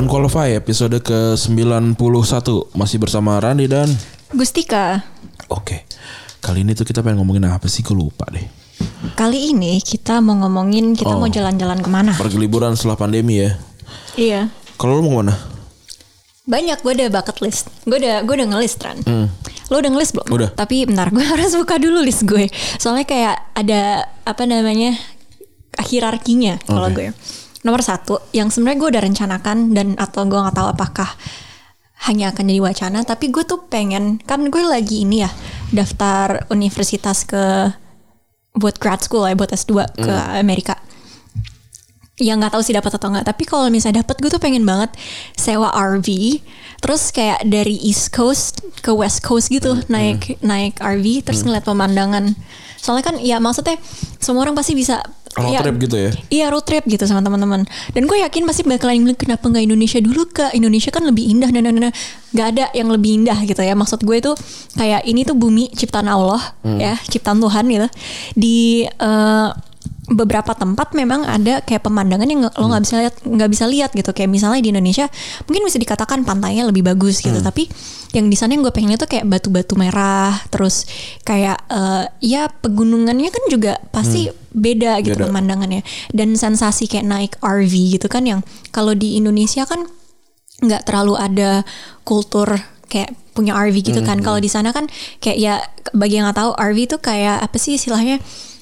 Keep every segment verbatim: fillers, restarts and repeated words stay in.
Unqualified episode ke sembilan puluh satu. Masih bersama Randi dan Gustika. Oke, kali ini tuh kita pengen ngomongin apa sih? Gue lupa deh. Kali ini kita mau ngomongin kita oh, mau jalan-jalan kemana. Pergi liburan setelah pandemi ya. Iya. Kalau lu mau kemana? Banyak, gue udah bucket list. Gue udah gue udah nge-list Ran. Hmm. Lo udah nge-list belum? Udah. Tapi bentar, gue harus buka dulu list gue. Soalnya kayak ada apa namanya hierarkinya kalau okay. gue. Nomor satu, yang sebenarnya gue udah rencanakan dan atau gue nggak tahu apakah hanya akan jadi wacana, tapi gue tuh pengen, kan gue lagi ini ya daftar universitas ke buat grad school ya, buat S dua hmm. ke Amerika. Ya nggak tahu sih dapat atau nggak, tapi kalau misalnya dapat, gue tuh pengen banget sewa R V, terus kayak dari East Coast ke West Coast gitu, hmm. naik naik R V, terus hmm. ngeliat pemandangan. Soalnya kan ya maksudnya semua orang pasti bisa road ya, trip gitu ya? Iya, road trip gitu sama teman-teman. Dan gue yakin pasti bakalan bilang kenapa nggak Indonesia dulu, ke Indonesia kan lebih indah dan dan nggak ada yang lebih indah gitu ya. Maksud gue tuh kayak ini tuh bumi ciptaan Allah hmm. ya, ciptaan Tuhan gitu. Di uh, beberapa tempat memang ada kayak pemandangan yang lo nggak bisa lihat nggak bisa lihat gitu. Kayak misalnya di Indonesia mungkin bisa dikatakan pantainya lebih bagus gitu, hmm. tapi yang di sana yang gue pengen itu kayak batu-batu merah, terus kayak uh, ya pegunungannya kan juga pasti hmm. beda gitu beda. Pemandangannya, dan sensasi kayak naik R V gitu kan, yang kalau di Indonesia kan nggak terlalu ada kultur kayak punya R V gitu kan. Hmm. Kalau di sana kan kayak ya bagi yang nggak tahu, R V itu kayak apa sih istilahnya?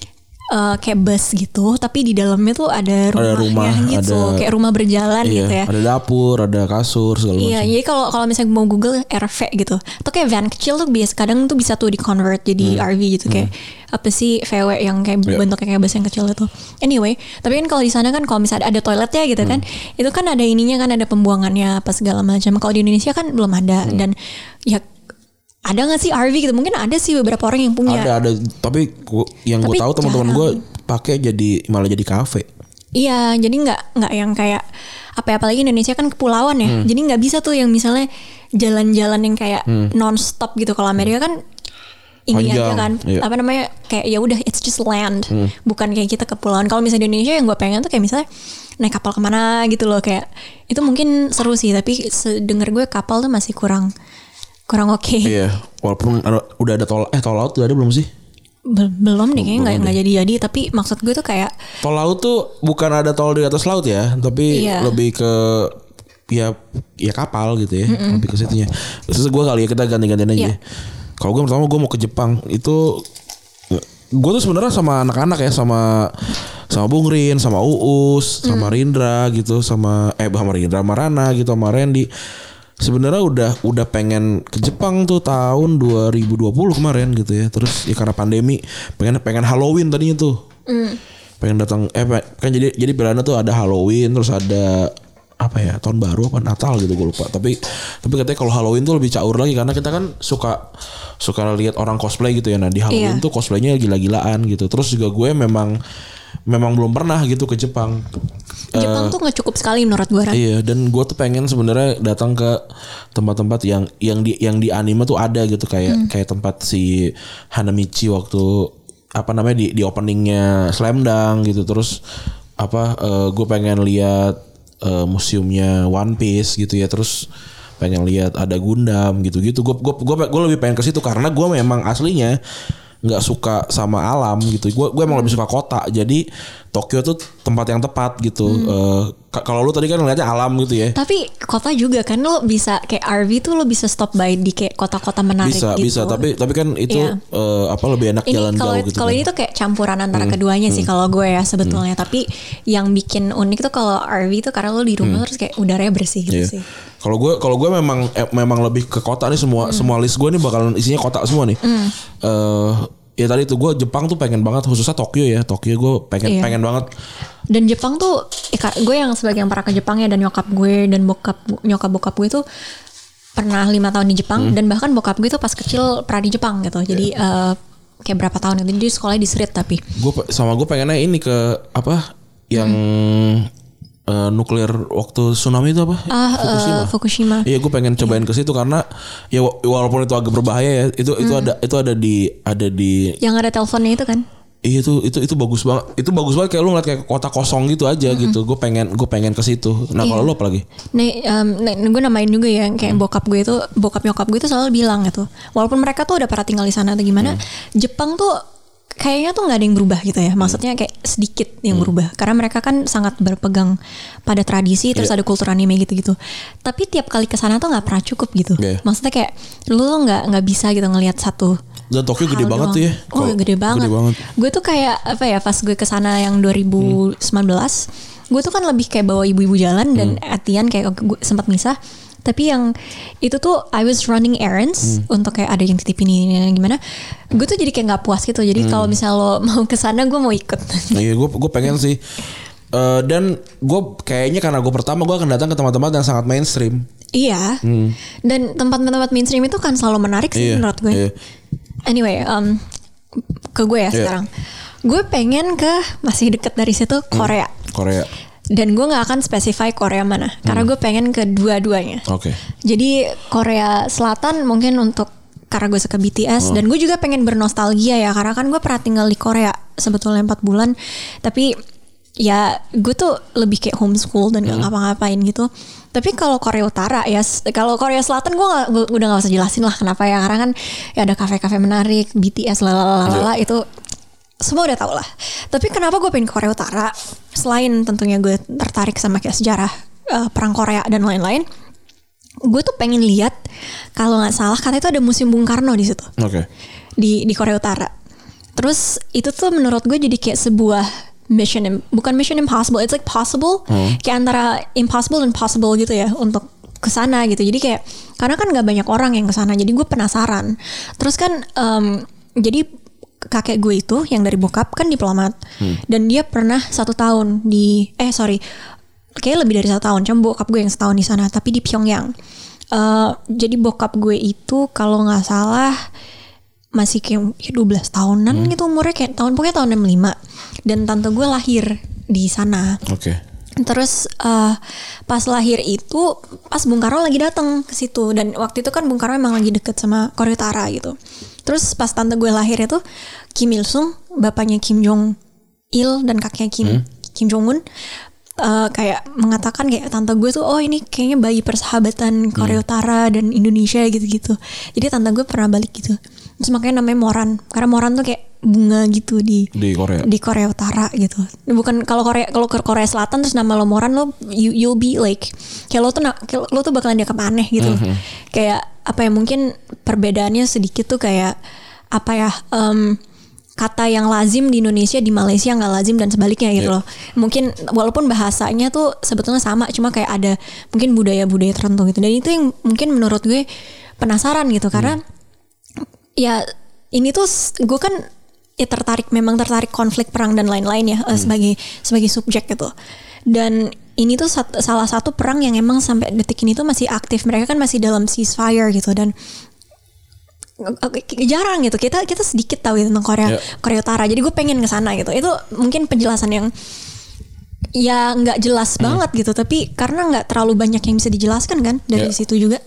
Uh, kayak bus gitu, tapi di dalamnya tuh ada rumahnya ada rumah, gitu, ada, kayak rumah berjalan iya, gitu ya. Ada dapur, ada kasur segala macam. Iya, jadi kalau kalau misalnya mau Google R V gitu, atau kayak van kecil tuh biasa kadang tuh bisa tuh di convert jadi hmm. R V gitu, kayak hmm. apa sih V W yang kayak yeah. bentuknya kayak bus yang kecil itu. Anyway, tapi kan kalau di sana kan kalau misalnya ada toiletnya gitu hmm. kan, itu kan ada ininya kan, ada pembuangannya apa segala macam. Kalau di Indonesia kan belum ada hmm. dan ya. Ada nggak sih R V gitu? Mungkin ada sih beberapa orang yang punya. Ada ada, tapi gua, yang gue tahu teman-teman gue pakai jadi malah jadi kafe. Iya, jadi nggak nggak yang kayak apa ya, apalagi Indonesia kan kepulauan ya, hmm. jadi nggak bisa tuh yang misalnya jalan-jalan yang kayak hmm. non-stop gitu. Kalau Amerika kan ini Panjang, aja kan, iya. apa namanya kayak ya udah it's just land, hmm. bukan kayak kita kepulauan. Kalau misalnya di Indonesia yang gue pengen tuh kayak misalnya naik kapal kemana gitu loh, kayak itu mungkin seru sih, tapi sedengar gue kapal tuh masih kurang. kurang oke. Okay. Iya, walaupun ada, udah ada tol eh tol laut udah ada belum sih? Bel- belum deh, kayaknya nggak nggak jadi-jadi. Tapi maksud gue tuh kayak tol laut tuh bukan ada tol di atas laut ya, tapi iya. lebih ke ya ya kapal gitu ya, mm-mm. lebih ke situnya. Terus gue kali ya kita ganti-gantian aja. Iya. Kalau gue pertama gue mau ke Jepang itu, gue tuh sebenarnya sama anak-anak ya, sama sama Bung Rin, sama Uus, sama mm. Rindra gitu, sama eh sama Rindra, sama Rana gitu, sama Randy. Sebenarnya udah udah pengen ke Jepang tuh tahun dua ribu dua puluh kemarin gitu ya. Terus ya karena pandemi pengen pengen Halloween tadinya tuh. Mm. Pengen datang eh kan jadi jadi pilihannya tuh ada Halloween, terus ada apa ya, tahun baru apa Natal gitu gue lupa. Tapi tapi katanya kalau Halloween tuh lebih caur lagi karena kita kan suka suka lihat orang cosplay gitu ya. Nah, di Halloween yeah. tuh cosplaynya gila-gilaan gitu. Terus juga gue memang memang belum pernah gitu ke Jepang. Jepang uh, tuh nggak cukup sekali menurut gue. Iya, dan gue tuh pengen sebenarnya datang ke tempat-tempat yang yang di yang di anime tuh ada gitu, kayak hmm. kayak tempat si Hanamichi waktu apa namanya di di openingnya Slam Dunk gitu. Terus apa uh, gue pengen lihat uh, museumnya One Piece gitu ya. Terus pengen lihat ada Gundam gitu-gitu. Gue gue gue gue lebih pengen ke situ karena gue memang aslinya nggak suka sama alam gitu. Gue gue emang lebih suka kota. Jadi Tokyo tuh tempat yang tepat gitu. Hmm. Uh, k- kalau lu tadi kan ngeliatnya alam gitu ya. Tapi kota juga kan, lo bisa kayak R V tuh lo bisa stop by di kayak kota-kota menarik bisa, gitu. Bisa bisa. Tapi tapi kan itu yeah. uh, apa lebih enak ini jalan kalo, jauh gitu. Kalau kan. ini tuh kayak campuran antara hmm. keduanya sih hmm. kalau gue ya sebetulnya. Hmm. Tapi yang bikin unik tuh kalau R V tuh karena lo di rumah hmm. terus kayak udaranya bersih gitu yeah. sih. Kalau gue kalau gue memang eh, memang lebih ke kota nih, semua hmm. semua list gue nih bakalan isinya kota semua nih. Hmm. Uh, Ya tadi tuh gue Jepang tuh pengen banget, khususnya Tokyo ya. Tokyo gue pengen iya. pengen banget. Dan Jepang tuh eh, gue yang sebagai yang pernah ke Jepang ya, dan nyokap gue dan bokap nyokap bokap gue tuh pernah lima tahun di Jepang, hmm. dan bahkan bokap gue tuh pas kecil pernah di Jepang gitu. Jadi yeah. uh, kayak berapa tahun itu, jadi sekolahnya di Srit. Tapi gue sama gue pengennya ini ke apa yang hmm. Uh, nuklir waktu tsunami itu apa? Ah, Fukushima. Uh, Fukushima. Iya, gue pengen cobain yeah. ke situ karena ya walaupun itu agak berbahaya ya, itu hmm. itu ada itu ada di ada di yang ada teleponnya itu kan? Iya itu itu itu bagus banget. Itu bagus banget kayak lu ngeliat kayak kota kosong gitu aja mm-hmm. gitu. Gue pengen gue pengen ke situ. Nah, kalau iya. lu apa lagi? Nih, um, nih gue namain juga ya kayak mm. bokap gue itu, bokap nyokap gue itu selalu bilang gitu. Walaupun mereka tuh udah pernah tinggal di sana atau gimana, mm. Jepang tuh kayaknya tuh nggak ada yang berubah gitu ya. Maksudnya kayak sedikit yang mm. berubah. Karena mereka kan sangat berpegang pada tradisi, terus yeah. ada kultur anime gitu-gitu. Tapi tiap kali ke sana tuh nggak pernah cukup gitu. Yeah. Maksudnya kayak lu tuh nggak nggak bisa gitu ngelihat satu. Dan Tokyo gede banget doang. tuh ya. Oh, Kalo, gede banget. Gede banget. Gue tuh kayak apa ya, pas gue kesana yang dua ribu sembilan belas, hmm. gue tuh kan lebih kayak bawa ibu-ibu jalan dan hmm. atian kayak gue sempat misah. Tapi yang itu tuh I was running errands hmm. untuk kayak ada yang titipin ini gimana. Gue tuh jadi kayak nggak puas gitu. Jadi hmm. kalau misalnya lo mau kesana, gue mau ikut. Iya, gue gue pengen sih. Uh, dan gue kayaknya karena gue pertama gue akan datang ke tempat-tempat yang sangat mainstream. Iya. Hmm. Dan tempat-tempat mainstream itu kan selalu menarik sih iya, menurut gue. Iya. Anyway, um, ke gue ya yeah. sekarang. Gue pengen ke masih deket dari situ Korea. Hmm, Korea. Dan gue nggak akan specify Korea mana, hmm. karena gue pengen ke dua-duanya. Oke. Okay. Jadi Korea Selatan mungkin untuk karena gue suka B T S oh. dan gue juga pengen bernostalgia ya, karena kan gue pernah tinggal di Korea sebetulnya empat bulan, tapi ya gue tuh lebih kayak homeschool dan nggak hmm. ngapa-ngapain gitu. Tapi kalau Korea Utara ya, kalau Korea Selatan gue, gak, gue udah nggak usah jelasin lah kenapa ya, karena kan ya ada kafe-kafe menarik, B T S lalalala yeah. itu semua udah tau lah. Tapi kenapa gue pengen ke Korea Utara? Selain tentunya gue tertarik sama kayak sejarah uh, perang Korea dan lain-lain, gue tuh pengen lihat, kalau nggak salah katanya itu ada museum Bung Karno di situ. Oke. Okay. Di di Korea Utara. Terus itu tuh menurut gue jadi kayak sebuah mission, bukan mission impossible, it's like possible, hmm. kayak antara impossible dan possible gitu ya untuk kesana gitu. Jadi kayak karena kan nggak banyak orang yang kesana, jadi gue penasaran. Terus kan um, jadi kakek gue itu yang dari bokap kan diplomat hmm. dan dia pernah satu tahun di eh sorry kayak lebih dari satu tahun, cuma bokap gue yang setahun di sana tapi di Pyongyang. Uh, jadi bokap gue itu kalau nggak salah masih kayak dua belas tahunan hmm. gitu umurnya, kayak tahun pokoknya tahun enam puluh lima, dan tante gue lahir di sana. Oke. Okay. Terus uh, pas lahir itu pas Bung Karno lagi datang ke situ, dan waktu itu kan Bung Karno emang lagi deket sama Korea Utara gitu. Terus pas tante gue lahir itu Kim Il Sung, bapaknya Kim Jong Il dan kakeknya Kim hmm. Kim Jong Un uh, kayak mengatakan kayak tante gue tuh oh ini kayaknya bayi persahabatan Korea hmm. Utara dan Indonesia gitu-gitu. Jadi tante gue pernah balik gitu. Terus makanya namanya Moran, karena Moran tuh kayak bunga gitu di di Korea di Korea Utara gitu. Bukan kalau Korea kalau ke Korea Selatan terus nama lo Moran, lo you, you'll be like kayak lo tuh kayak lo tuh bakalan dianggap aneh gitu. Mm-hmm. Kayak apa ya, mungkin perbedaannya sedikit tuh kayak apa ya, um, kata yang lazim di Indonesia di Malaysia nggak lazim dan sebaliknya gitu yeah. loh. Mungkin walaupun bahasanya tuh sebetulnya sama, cuma kayak ada mungkin budaya-budaya tertentu gitu. Dan itu yang mungkin menurut gue penasaran gitu, karena mm. ya ini tuh gue kan ya tertarik, memang tertarik konflik perang dan lain-lain ya hmm. sebagai sebagai subjek gitu. Dan ini tuh sat, salah satu perang yang emang sampai detik ini tuh masih aktif. Mereka kan masih dalam ceasefire gitu, dan jarang gitu kita kita sedikit tahu gitu tentang Korea yeah. Korea Utara. Jadi gue pengen ke sana gitu. Itu mungkin penjelasan yang ya nggak jelas hmm. banget gitu, tapi karena nggak terlalu banyak yang bisa dijelaskan kan dari yeah. situ juga.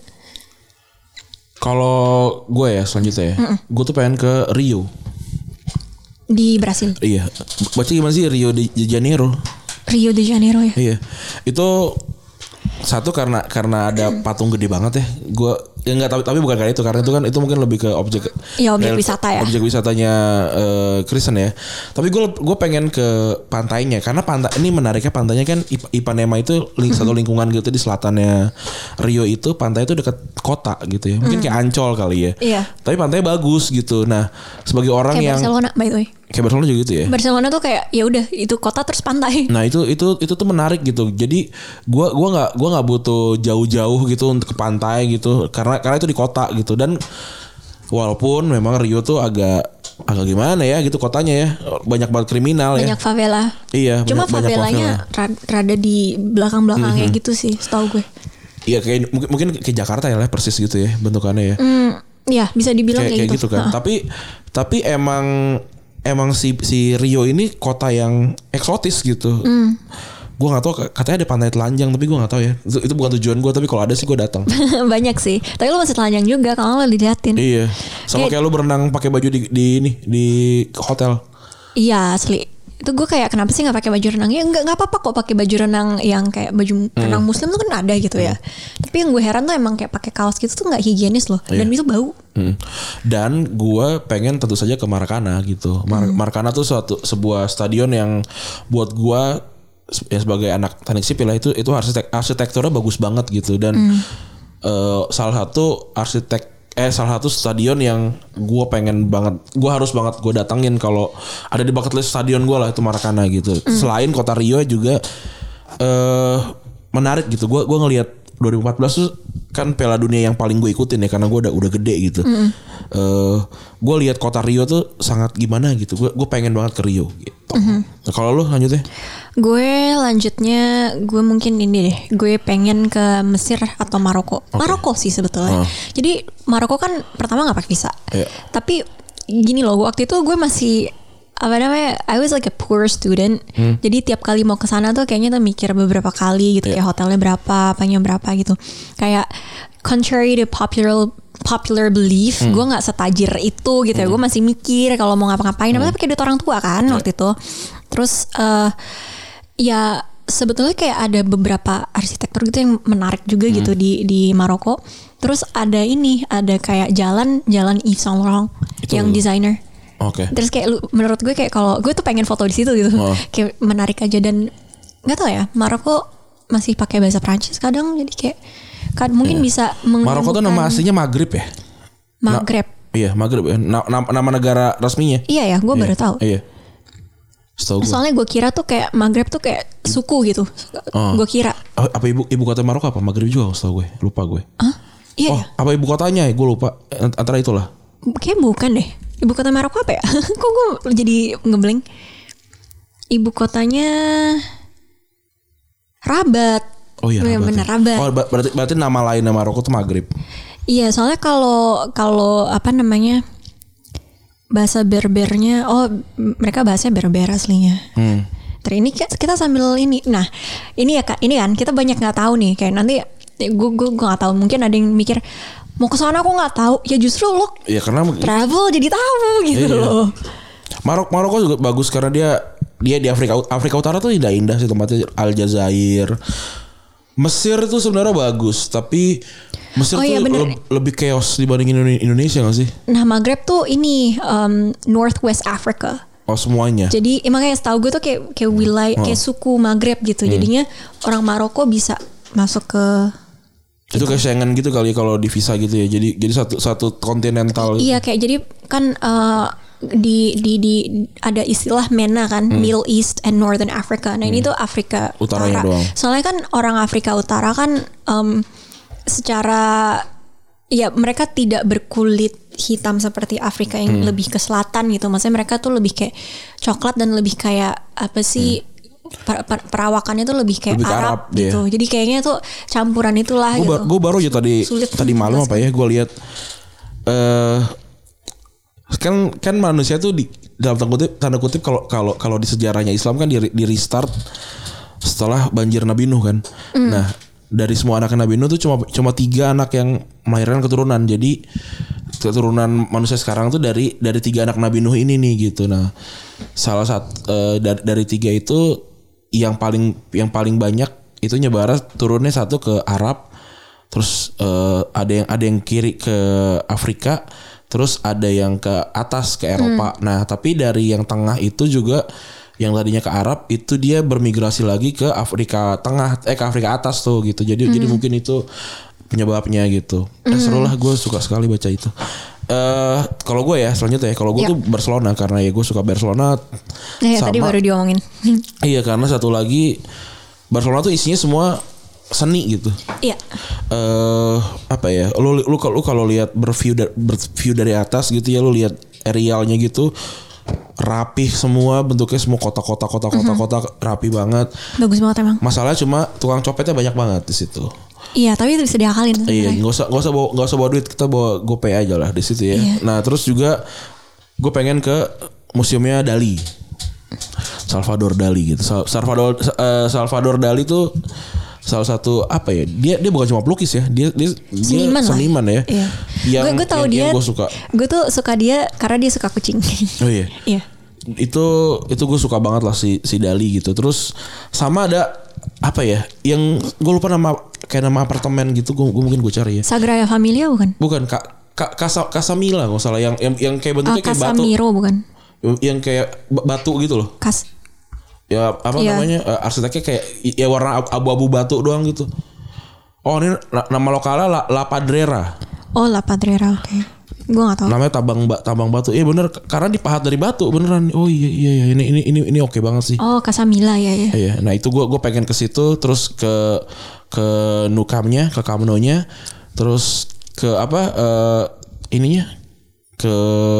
Kalau gue ya selanjutnya ya, mm-mm. gue tuh pengen ke Rio. Di Brasil. Iya. Baca gimana sih Rio de Janeiro? Rio de Janeiro ya. Iya. Itu satu karena karena ada patung gede banget ya. Gue ya enggak, tapi tapi bukan karena itu, karena itu kan itu mungkin lebih ke objek. Iya, objek real, wisata ya. Objek wisatanya uh, Kristen ya. Tapi gue gue pengen ke pantainya, karena pantai ini menariknya, pantainya kan Ipanema itu ling, satu lingkungan gitu di selatannya Rio itu, pantai itu dekat kota gitu ya. Mungkin mm. kayak Ancol kali ya. Iya. Tapi pantainya bagus gitu. Nah, sebagai orang kayak yang Barcelona by the way. Kayak Barcelona juga gitu ya. Barcelona tuh kayak ya udah itu kota terus pantai. Nah, itu itu itu tuh menarik gitu. Jadi gua gua enggak gua enggak butuh jauh-jauh gitu untuk ke pantai gitu, karena karena itu di kota gitu. Dan walaupun memang Rio tuh agak agak gimana ya gitu kotanya ya, banyak banget kriminal banyak ya. Banyak favela. Iya, cuma banyak, favelanya banyak favela. Rada di belakang-belakangnya mm-hmm. gitu sih, setahu gue. Iya, kayak mungkin mungkin kayak Jakarta ya lah, persis gitu ya bentukannya ya. Mm, ya, bisa dibilang kayak, kayak gitu. gitu kan. Uh. Tapi tapi emang emang si si Rio ini kota yang eksotis gitu. Mm. Gue nggak tahu, katanya ada pantai telanjang, tapi gue nggak tahu ya. Itu, itu bukan tujuan gue, tapi kalau ada sih gue datang. Banyak sih. Tapi lo masih telanjang juga kalau lo diliatin. Iya. Sama kayak, kayak lo berenang pakai baju di di ini di hotel. Iya asli. Itu gue kayak kenapa sih nggak pakai baju renang? Ya nggak nggak apa-apa kok pakai baju renang yang kayak baju hmm. renang muslim tuh kan ada gitu ya. Hmm. Tapi yang gue heran tuh emang kayak pakai kaos gitu tuh nggak higienis loh. Yeah. Dan itu bau. Hmm. Dan gue pengen tentu saja ke Maracana gitu. Mar- hmm. Maracana tuh suatu sebuah stadion yang buat gue ya sebagai anak teknik sipil lah itu itu arsitek arsitekturnya bagus banget gitu dan hmm. uh, salah satu arsitek Eh salah satu stadion yang gue pengen banget, gue harus banget gue datangin kalau ada di bucket list stadion gue lah itu Maracana gitu. Mm. Selain kota Rio juga uh, menarik gitu. Gue gue ngelihat dua ribu empat belas tuh kan Piala Dunia yang paling gue ikutin ya karena gue udah udah gede gitu. Mm. Uh, gue lihat kota Rio tuh sangat gimana gitu. Gue gue pengen banget ke Rio. Gitu. Mm-hmm. Nah, kalau lu lanjutnya? Gue lanjutnya gue mungkin ini deh. Gue pengen ke Mesir atau Maroko. Okay. Maroko sih sebetulnya. Uh. Jadi Maroko kan pertama nggak pakai visa. Yeah. Tapi gini loh, waktu itu gue masih apa namanya? I was like a poor student. Hmm. Jadi tiap kali mau ke sana tuh kayaknya tuh mikir beberapa kali gitu. Yeah. Kayak hotelnya berapa, apanya berapa gitu. Kayak contrary to popular popular belief, hmm. gue nggak setajir itu gitu ya. Hmm. Gue masih mikir kalau mau ngapa-ngapain. Hmm. Tapi pakai duit orang tua kan yeah. waktu itu. Terus uh, ya sebetulnya kayak ada beberapa arsitektur gitu yang menarik juga hmm. gitu di di Maroko. Terus ada ini, ada kayak jalan jalan Yves Saint Laurent itu yang desainer. Oke. Okay. Terus kayak lu, menurut gue kayak kalau gue tuh pengen foto di situ gitu, oh. kayak menarik aja dan nggak tahu ya Maroko masih pakai bahasa Prancis kadang jadi kayak kan mungkin yeah. bisa Maroko tuh nama aslinya Maghrib ya. Maghrib. Na- iya Maghrib ya. Na- nama negara resminya. Iya ya, gue yeah. baru tahu. Iya. Gue. Soalnya gue kira tuh kayak Maghrib tuh kayak suku gitu. Oh. Gue kira. Apa ibu ibu kota Maroko apa? Maghrib juga setahu gue. Lupa gue. Hah? Iya. Oh, apa ibu kotanya? Gue lupa. Antara itulah. Kayak bukan deh. Ibu kota Maroko apa ya? Kok gue jadi ngeblank. Ibu kotanya Rabat. Oh iya, Rabat. Bener, Rabat. Oh, berarti berarti nama lainnya Maroko tuh Maghrib. Iya, soalnya kalau kalau apa namanya? Bahasa Berbernya, oh mereka bahasanya Berber aslinya. Hmm. Terus ini kita sambil ini, nah ini ya kak, ini kan kita banyak nggak tahu nih, kayak nanti gue gue gue nggak tahu, mungkin ada yang mikir mau ke sana aku nggak tahu, ya justru lo ya, karena travel jadi tahu gitu iya. loh. Maroko Maroko juga bagus karena dia dia di Afrika Afrika Utara tuh indah-indah sih tempatnya, Aljazair, Mesir tuh sebenarnya bagus tapi Mesir oh, tuh iya, le- lebih chaos dibandingin Indonesia gak sih? Nah Maghreb tuh ini um, Northwest Africa. Oh semuanya. Jadi emang kayak setahu gue tuh kayak kayak wilayah oh. kayak suku Maghreb gitu. Hmm. Jadinya orang Maroko bisa masuk ke itu gitu. Kayak Schengen gitu kali ya kalau di visa gitu ya. Jadi jadi satu satu kontinental. Iya kayak jadi kan uh, di di di ada istilah MENA kan, hmm. Middle East and Northern Africa. Nah hmm. ini tuh Afrika Utaranya Utara. Doang. Soalnya kan orang Afrika Utara kan um, secara ya mereka tidak berkulit hitam seperti Afrika yang hmm. lebih ke selatan gitu. Maksudnya mereka tuh lebih kayak coklat dan lebih kayak apa sih hmm. per, per, perawakannya tuh lebih kayak lebih Arab, Arab gitu. Dia. Jadi kayaknya tuh campuran itulah gua, gitu. Gue baru aja tadi Sulit tadi malam apa ya gue lihat uh, kan kan manusia tuh di dalam tanda kutip tanda kutip kalau kalau kalau di sejarahnya Islam kan di, di restart setelah banjir Nabi Nuh kan. Hmm. Nah dari semua anak Nabi Nuh tuh cuma cuma tiga anak yang melahirkan keturunan. Jadi keturunan manusia sekarang tuh dari dari tiga anak Nabi Nuh ini nih gitu. Nah, salah satu uh, dari, dari tiga itu yang paling yang paling banyak itu nyebar turunnya satu ke Arab, terus uh, ada yang ada yang kiri ke Afrika, terus ada yang ke atas ke Eropa. Hmm. Nah, tapi dari yang tengah itu juga yang tadinya ke Arab itu dia bermigrasi lagi ke Afrika Tengah eh ke Afrika atas tuh gitu. Jadi mm. jadi mungkin itu penyebabnya gitu. Mm. Eh, seru lah, gue suka sekali baca itu. Uh, kalau gue ya selanjutnya ya kalau gue yeah. tuh Barcelona karena ya gue suka Barcelona. Ya, sama, tadi baru diomongin. Iya karena satu lagi Barcelona tuh isinya semua seni gitu. Iya. Uh, apa ya? Lu lu kalau kalau lihat berview dari berview dari atas gitu ya, lu lihat aerialnya gitu. Rapih semua bentuknya, semua kotak-kotak kotak-kotak mm-hmm. kotak rapi banget. Bagus banget emang. Masalahnya cuma tukang copetnya banyak banget di situ. Iya, tapi itu bisa diakalin. Iya, nggak usah nggak usah bawa nggak usah bawa duit, kita bawa GoPay aja lah di situ ya. Iya. Nah, terus juga gue pengen ke museumnya Dali. Salvador Dali gitu. Salvador uh, Salvador Dali tuh salah satu apa ya? Dia dia bukan cuma pelukis ya. Dia dia seniman, dia seniman ya. Iya. Gue gue tahu dia. Gue suka. Gue tuh suka dia karena dia suka kucing. Oh iya. Iya. itu itu gue suka banget lah si si Dali gitu. Terus sama ada apa ya yang gue lupa nama kayak nama apartemen gitu. Gue mungkin gue cari ya. Sagrada Familia bukan? Bukan kak kak Casa Casamila nggak salah yang yang yang kayak bentuknya uh, kayak batu. Casamiro bukan? Yang kayak batu gitu loh. Kas. Ya apa yeah. namanya uh, arsiteknya kayak ya warna abu-abu batu doang gitu. Oh ini nama lokalnya La, La Padrera. Oh La Padrera oke. Okay. Gue nggak tahu. Namanya tabang tabang batu. Iya bener karena dipahat dari batu beneran. Oh iya iya iya ini ini ini ini oke banget sih. Oh Casamila ya ya. Iya. Nah itu gue gue pengen ke situ terus ke ke Nukamnya ke Camp Nou-nya terus ke apa uh, ininya ke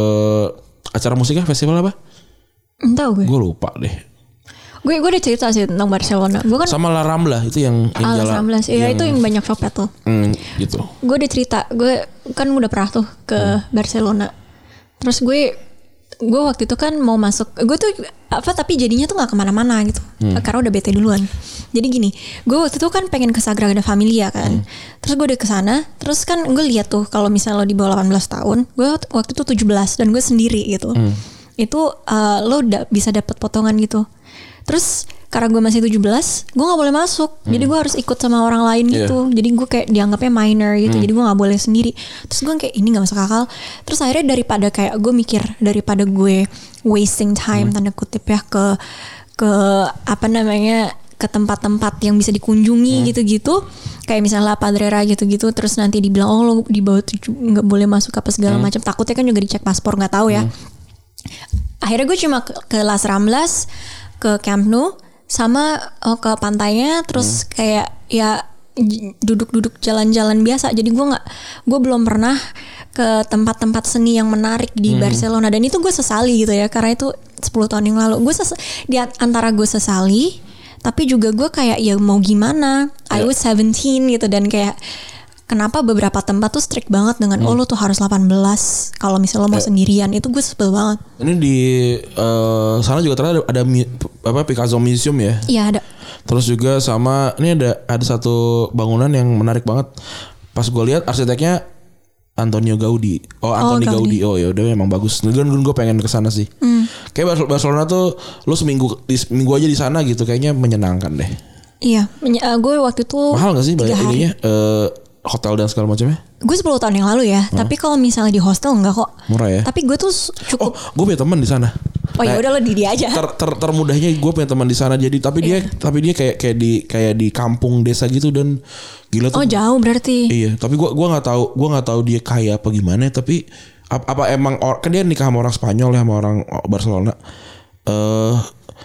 acara musiknya festival apa? Entah gue. Gue lupa deh. Gue gue udah cerita sih tentang Barcelona. Gue kan sama La Rambla itu yang, yang ah, jalan. La Rambla iya itu yang banyak shopnya tuh. Hmm, gitu. Gue udah cerita, gue kan udah pernah tuh ke hmm. Barcelona. Terus gue gue waktu itu kan mau masuk, gue tuh apa tapi jadinya tuh nggak kemana-mana gitu, hmm. karena udah bete duluan. Jadi gini, gue waktu itu kan pengen ke Sagrada Familia kan. Hmm. Terus gue udah kesana, terus kan gue lihat tuh kalau misalnya lo di bawah delapan belas tahun, gue waktu itu tujuh belas dan gue sendiri gitu. Hmm. Itu uh, lo udah bisa dapat potongan gitu. Terus karena gue masih tujuh belas, gue gak boleh masuk. Hmm. Jadi gue harus ikut sama orang lain gitu. Yeah. Jadi gue kayak dianggapnya minor gitu. Hmm. Jadi gue gak boleh sendiri. Terus gue kayak ini gak masuk akal. Terus akhirnya daripada kayak gue mikir, daripada gue wasting time hmm. tanda kutip ya ke ke apa namanya ke tempat-tempat yang bisa dikunjungi hmm. gitu-gitu. Kayak misalnya La Padrera gitu-gitu. Terus nanti dibilang oh lo di bawah tujuh gak boleh masuk apa segala hmm. macam. Takutnya kan juga dicek paspor gak tahu ya. Hmm. Akhirnya gue cuma ke, ke Las Ramblas, ke Camp Nou sama oh, ke pantainya terus hmm. kayak ya duduk-duduk jalan-jalan biasa. Jadi gue nggak gue belum pernah ke tempat-tempat seni yang menarik di hmm. Barcelona dan itu gue sesali gitu ya karena itu sepuluh tahun yang lalu gue ses- di antara gue sesali tapi juga gue kayak ya mau gimana yeah. I was seventeen gitu dan kayak kenapa beberapa tempat tuh strict banget dengan hmm. oh lo tuh harus delapan belas kalau misalnya lo mau eh. sendirian. Itu gue sebel banget. Ini di uh, sana juga ternyata ada, ada mi, apa Picasso Museum ya? Iya ada. Terus juga sama ini ada ada satu bangunan yang menarik banget. Pas gue lihat arsiteknya Antonio Gaudi. Oh Antonio oh, Gaudi. Gaudi. Oh ya udah memang bagus. Dan gue pengen ke sana sih. Hmm. Kayak Barcelona tuh lo seminggu di, seminggu aja di sana gitu kayaknya menyenangkan deh. Iya, uh, gue waktu itu mahal gak sih banyak ininya? Uh, hotel dan segala macamnya? Gue sepuluh tahun yang lalu ya. Hmm. Tapi kalau misalnya di hostel enggak kok. Murah ya. Tapi gue tuh cukup. Oh, gue punya teman di sana. Oh ya udah lo di dia aja. Ter, ter, termudahnya gue punya teman di sana. Jadi tapi yeah. dia tapi dia kayak kayak di kayak di kampung desa gitu dan gila tuh. Oh jauh berarti. Iya. Tapi gue gue nggak tahu gue nggak tahu dia kaya apa gimana. Tapi apa, apa emang or, kan dia nikah sama orang Spanyol ya sama orang Barcelona. Eh uh,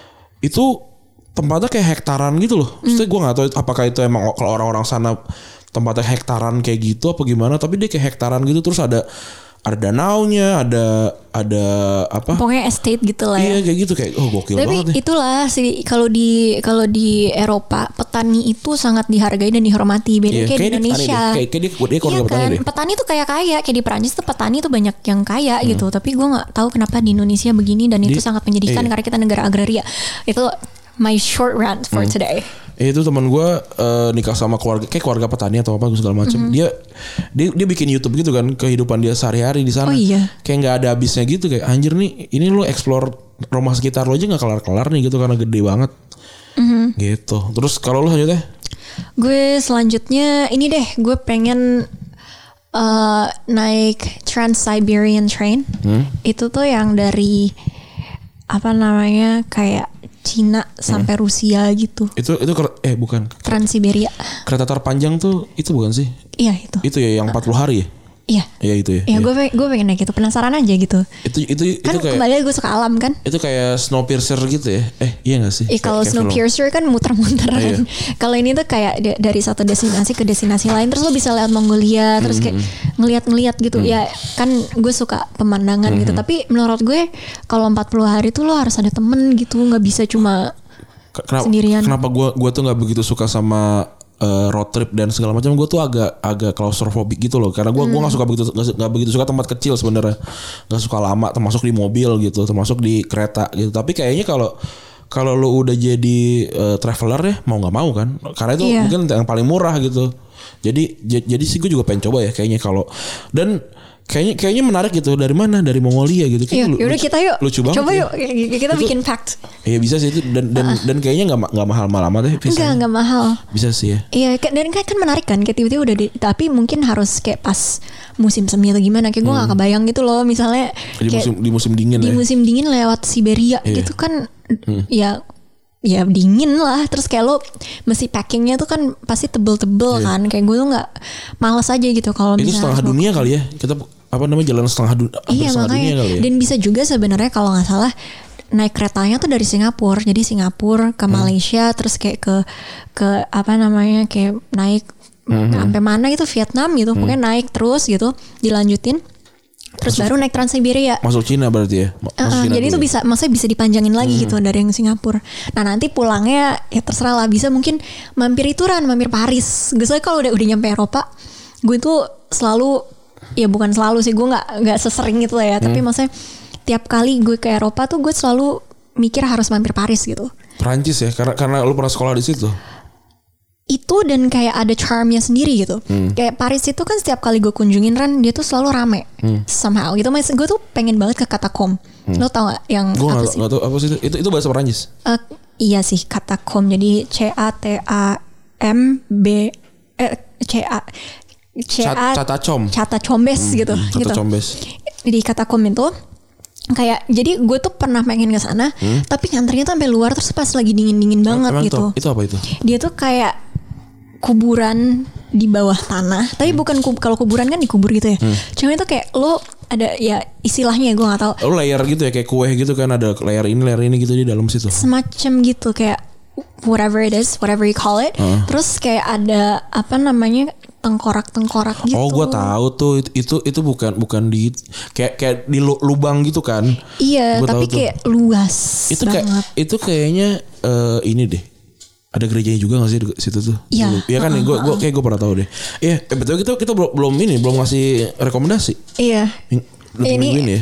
itu tempatnya kayak hektaran gitu loh. Maksudnya gue nggak tahu apakah itu emang kalau orang-orang sana tempatnya hektaran kayak gitu apa gimana, tapi dia kayak hektaran gitu terus ada ada danaunya, ada ada apa? Pokoknya estate gitu lah ya. Iya kayak gitu kayak oh gokil tapi banget. Tapi itulah sih kalau di kalau di Eropa petani itu sangat dihargai dan dihormati beda iya, kayak, kayak di Indonesia. Kayak kayak dia dia keluarga iya petani kan? deh. Petani tuh kayak kaya kayak di Perancis tuh petani tuh banyak yang kaya hmm. gitu. Tapi gue nggak tahu kenapa di Indonesia begini dan di, itu sangat menyedihkan iya. karena kita negara agraria. Itu my short rant for hmm. today. Eh, itu teman gue uh, nikah sama keluarga kayak keluarga petani atau apa segala macam. Mm-hmm. Dia dia dia bikin YouTube gitu kan kehidupan dia sehari-hari di sana. Oh, iya. Kayak nggak ada habisnya gitu kayak anjir nih ini lo explore rumah sekitar lo aja nggak kelar-kelar nih gitu karena gede banget. Mm-hmm. Gitu. Terus kalau lo selanjutnya? Gue selanjutnya ini deh gue pengen uh, naik Trans-Siberian Train. Hmm? Itu tuh yang dari apa namanya kayak Cina sampai hmm. Rusia gitu. Itu itu eh bukan. Trans-Siberia. Kereta terpanjang tuh itu bukan sih? Iya itu. Itu ya yang empat puluh hari ya? Iya. Iya itu ya. Iya gue pengen, gue pengen naik itu penasaran aja gitu. Itu itu kan itu kayak. Kembali gue suka alam kan. Itu kayak Snowpiercer gitu ya? Eh iya nggak sih? Iya kalau Snowpiercer kan muter-muteran. Iya. Kalau ini tuh kayak d- dari satu destinasi ke destinasi lain terus lo bisa lihat Mongolia terus kayak mm-hmm. ngeliat-ngeliat gitu. Mm. Ya kan gue suka pemandangan mm-hmm. gitu. Tapi menurut gue kalau empat puluh hari tuh lo harus ada temen gitu, nggak bisa cuma Kenapa, sendirian. Kenapa gue gue tuh nggak begitu suka sama uh, road trip dan segala macam. Gue tuh agak agak claustrophobic gitu loh. Karena gue hmm. gue nggak suka begitu nggak begitu suka tempat kecil sebenarnya. Nggak suka lama, termasuk di mobil gitu, termasuk di kereta gitu. Tapi kayaknya kalau kalau lo udah jadi uh, traveler ya mau nggak mau kan. Karena itu yeah. mungkin yang paling murah gitu. Jadi j- jadi sih gue juga pengen coba ya kayaknya kalau dan Kayaknya kayaknya menarik gitu. Dari mana? Dari Mongolia gitu. Iya, yaudah kita yuk. Lucu banget. Coba ya. yuk kita itu, bikin pact. Iya bisa sih itu dan dan, uh. dan kayaknya nggak nggak mahal-mahal amat ya. Enggak nggak mahal. Bisa sih ya. Iya dan kan kan menarik kan. Kayak tiba-tiba udah di, tapi mungkin harus kayak pas musim semi atau gimana. Kayak gue nggak hmm. kebayang gitu loh. Misalnya di musim di musim dingin. Di ya. musim dingin lewat Siberia iya. gitu kan. Hmm. Ya. Ya dingin lah. Terus kayak lo mesti packingnya tuh kan pasti tebel-tebel yeah. kan. Kayak gue tuh gak males aja gitu kalau misalnya. Itu setengah dunia kali ya. Kita apa namanya jalan setengah, du- iya, setengah dunia kali ya. Dan bisa juga sebenarnya kalau gak salah naik keretanya tuh dari Singapura. Jadi Singapura ke Malaysia hmm. terus kayak ke ke apa namanya kayak naik hmm. sampai mana gitu Vietnam gitu. Hmm. Pokoknya naik terus gitu dilanjutin. Terus masuk, baru naik Trans Siberia. Masuk Cina berarti ya. Uh, jadi itu bisa, maksudnya bisa dipanjangin lagi hmm. gitu dari yang Singapura. Nah nanti pulangnya ya terserah lah. Bisa mungkin mampir ituran, mampir Paris. Gue soalnya kalau udah udah nyampe Eropa, gue tuh selalu, ya bukan selalu sih, gue nggak nggak sesering gitu lah ya. Hmm. Tapi maksudnya tiap kali gue ke Eropa tuh gue selalu mikir harus mampir Paris gitu. Perancis ya, karena karena lu pernah sekolah di situ. Itu dan kayak ada charmnya sendiri gitu. Hmm. Kayak Paris itu kan setiap kali gue kunjungin Ran, dia tuh selalu rame hmm. somehow gitu. Mas gue tuh pengen banget ke Katakom. Hmm. Lo tau gak yang gua apa gak, sih? Gak tau apa sih itu? Itu, itu bahasa Perancis? Uh, iya sih Katakom. Jadi C A T A M B eh, C A C A Catacomb. Catacombes hmm. gitu. Catacombes. Gitu. Di Katakom itu kayak jadi gue tuh pernah pengen ke sana, hmm? tapi nganternya tuh sampai luar terus pas lagi dingin-dingin banget Emang gitu. Itu, itu apa itu? Dia tuh kayak kuburan di bawah tanah, tapi hmm. bukan kub- kalau kuburan kan dikubur gitu ya. Hmm. Cuma itu kayak lo ada ya istilahnya gue nggak tahu. Lo layer gitu ya kayak kue gitu kan ada layer ini layer ini gitu di dalam situ. Semacam gitu kayak whatever it is, whatever you call it. Uh. Terus kayak ada apa namanya tengkorak-tengkorak gitu. Oh, gue tahu tuh itu itu, itu bukan bukan di kayak kayak di lubang gitu kan. Iya, gua tapi kayak tuh. Luas. Itu banget. kayak itu kayaknya uh, ini deh. Ada gerejanya juga gak sih di situ tuh? Iya. Iya kan, uh, gue gue kayak gue pernah tahu deh. Iya, eh, betul kita kita belum ini belum ngasih rekomendasi. Iya. Ini, ini ya.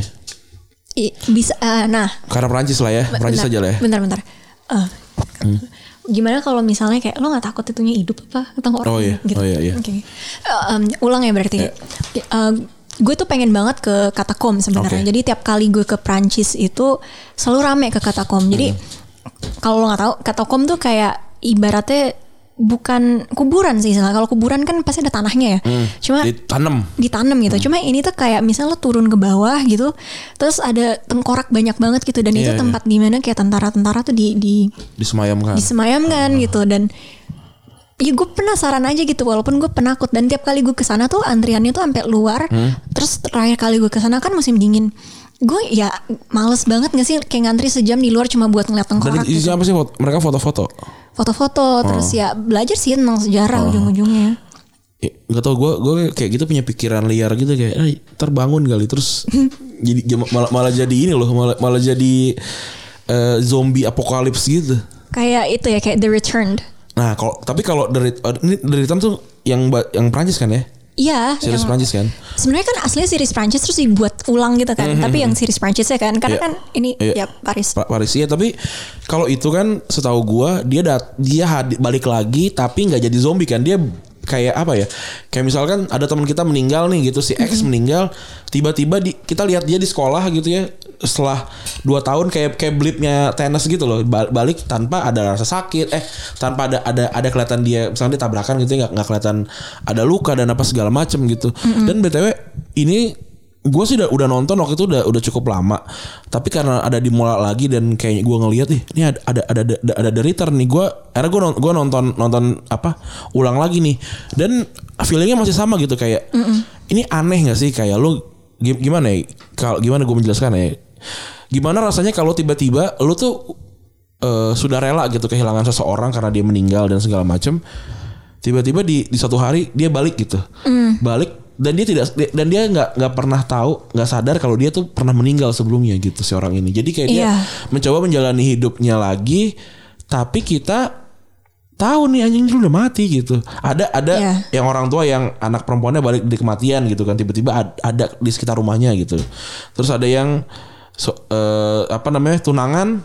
I, bisa uh, nah. Karena Perancis lah ya, Perancis aja lah ya. Bentar-bentar. Uh, hmm. Gimana kalau misalnya kayak lo nggak takut itunya hidup apa tentang orang? Oh iya, gitu. oh iya, iya. Oke. Okay. Uh, um, ulang ya berarti. Yeah. Uh, gue tuh pengen banget ke Katakom sebenarnya. Okay. Jadi tiap kali gue ke Prancis itu selalu rame ke Katakom. Jadi hmm. kalau lo nggak tahu, Katakom tuh kayak ibaratnya bukan kuburan sih. Kalau kuburan kan pasti ada tanahnya ya. Hmm, Cuma ditanam. Ditanam gitu. Hmm. Cuma ini tuh kayak misalnya lo turun ke bawah gitu, terus ada tengkorak banyak banget gitu dan yeah, itu tempat yeah. di mana kayak tentara-tentara tuh di di disemayamkan. Disemayamkan hmm. gitu dan ya gue penasaran aja gitu walaupun gue penakut dan tiap kali gue kesana tuh antriannya tuh sampai luar. Hmm. Terus terakhir kali gue kesana kan musim dingin. Gue ya males banget gak sih kayak ngantri sejam di luar cuma buat ngeliat tengkorak. Dan isinya gitu. Apa sih mereka foto-foto? Foto-foto oh. Terus ya belajar sih tentang sejarah oh. ujung-ujungnya. Ya, gak tau gue gue kayak gitu punya pikiran liar gitu kayak eh, terbangun kali terus jadi malah malah jadi ini loh malah malah jadi uh, zombie apokalips gitu. Kayak itu ya kayak The Returned. Nah kalau tapi kalau dari ini The Returned tuh yang yang Prancis kan ya? Iya, series Prancis kan. Sebenarnya kan aslinya series Prancis terus dibuat ulang gitu kan. Mm-hmm. Tapi yang series Prancis ya kan, karena yeah. kan ini yeah. ya Paris. Pa- Paris ya, tapi kalau itu kan setahu gua dia dat- dia had- balik lagi tapi nggak jadi zombie kan. Dia kayak apa ya? Kayak misalkan ada teman kita meninggal nih gitu, si X mm-hmm. meninggal, tiba-tiba di, kita lihat dia di sekolah gitu ya. Setelah dua tahun kayak kayak blipnya tenis gitu loh, balik tanpa ada rasa sakit, eh tanpa ada ada ada kelihatan dia misalnya dia tabrakan gitu ya, nggak nggak kelihatan ada luka dan apa segala macem gitu. Mm-hmm. Dan B T W ini gue sih udah, udah nonton waktu itu udah udah cukup lama, tapi karena ada di mall lagi dan kayak gue ngelihat nih ini ada ada ada ada, ada The Return nih, gue akhirnya gue gue nonton nonton apa ulang lagi nih dan feelingnya masih sama gitu kayak mm-hmm. ini aneh nggak sih kayak lu gimana ya kalau gimana gue menjelaskan ya. Gimana rasanya kalau tiba-tiba lu tuh uh, sudah rela gitu kehilangan seseorang karena dia meninggal dan segala macam. Tiba-tiba di di satu hari dia balik gitu. Mm. Balik dan dia tidak dan dia nggak nggak pernah tahu, nggak sadar kalau dia tuh pernah meninggal sebelumnya gitu si orang ini. Jadi kayak yeah. dia mencoba menjalani hidupnya lagi tapi kita tahu nih anjing lu udah mati gitu. Ada ada yeah. yang orang tua yang anak perempuannya balik dari kematian gitu kan, tiba-tiba ada, ada di sekitar rumahnya gitu. Terus ada yang so, uh, apa namanya tunangan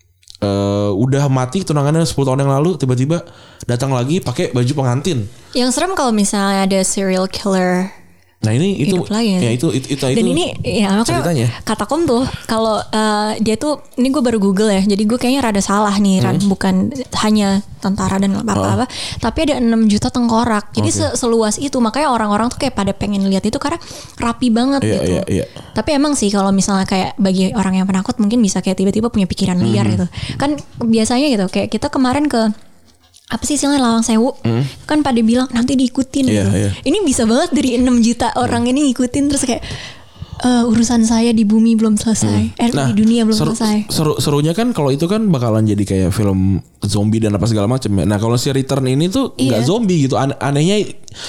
uh, udah mati tunangannya sepuluh tahun yang lalu, tiba-tiba datang lagi pakai baju pengantin. Yang serem kalau misalnya ada serial killer Nah ini itu lain. Ya itu itu itu Dan itu ini ya makanya kata Kom tuh kalau uh, dia tuh ini gue baru Google ya. Jadi gue kayaknya rada salah nih Ran, hmm. bukan hanya tentara dan apa-apa, oh. tapi ada enam juta tengkorak. Jadi okay. seluas itu makanya orang-orang tuh kayak pada pengen lihat itu karena rapi banget yeah, gitu. Yeah, yeah. Tapi emang sih kalau misalnya kayak bagi orang yang penakut mungkin bisa kayak tiba-tiba punya pikiran liar hmm. gitu. Kan biasanya gitu kayak kita kemarin ke apa sih istilahnya Lawang Sewu mm. kan pada bilang nanti diikutin yeah, gitu. Yeah. Ini bisa banget dari enam juta orang mm. ini ngikutin terus kayak uh, urusan saya di bumi belum selesai, mm. eh nah, di dunia belum seru, selesai. Seru, serunya kan kalau itu kan bakalan jadi kayak film zombie dan apa segala macam ya. Nah kalau si Return ini tuh nggak yeah. zombie gitu, Ane- anehnya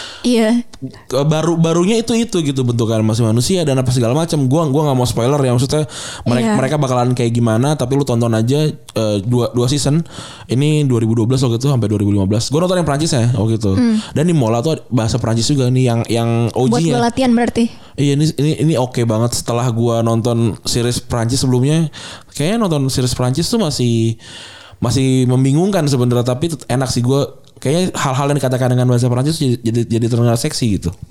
iya yeah. baru barunya itu itu gitu bentukan masih manusia dan apa segala macam. Gua gua nggak mau spoiler ya, maksudnya mereka yeah. mereka bakalan kayak gimana, tapi lu tonton aja uh, dua dua season. Ini dua ribu dua belas waktu itu sampai dua ribu lima belas. Gua nonton yang Prancis ya waktu itu. Mm. Dan di Mola tuh bahasa Prancis juga nih yang yang O G-nya. Buat latihan berarti. Iya ini ini ini oke okay banget setelah gua nonton series Prancis sebelumnya. Kayaknya nonton series Prancis tuh masih masih membingungkan sebenarnya, tapi enak sih. Gue kayaknya hal-hal yang dikatakan dengan bahasa Prancis jadi jadi, jadi terdengar seksi gitu.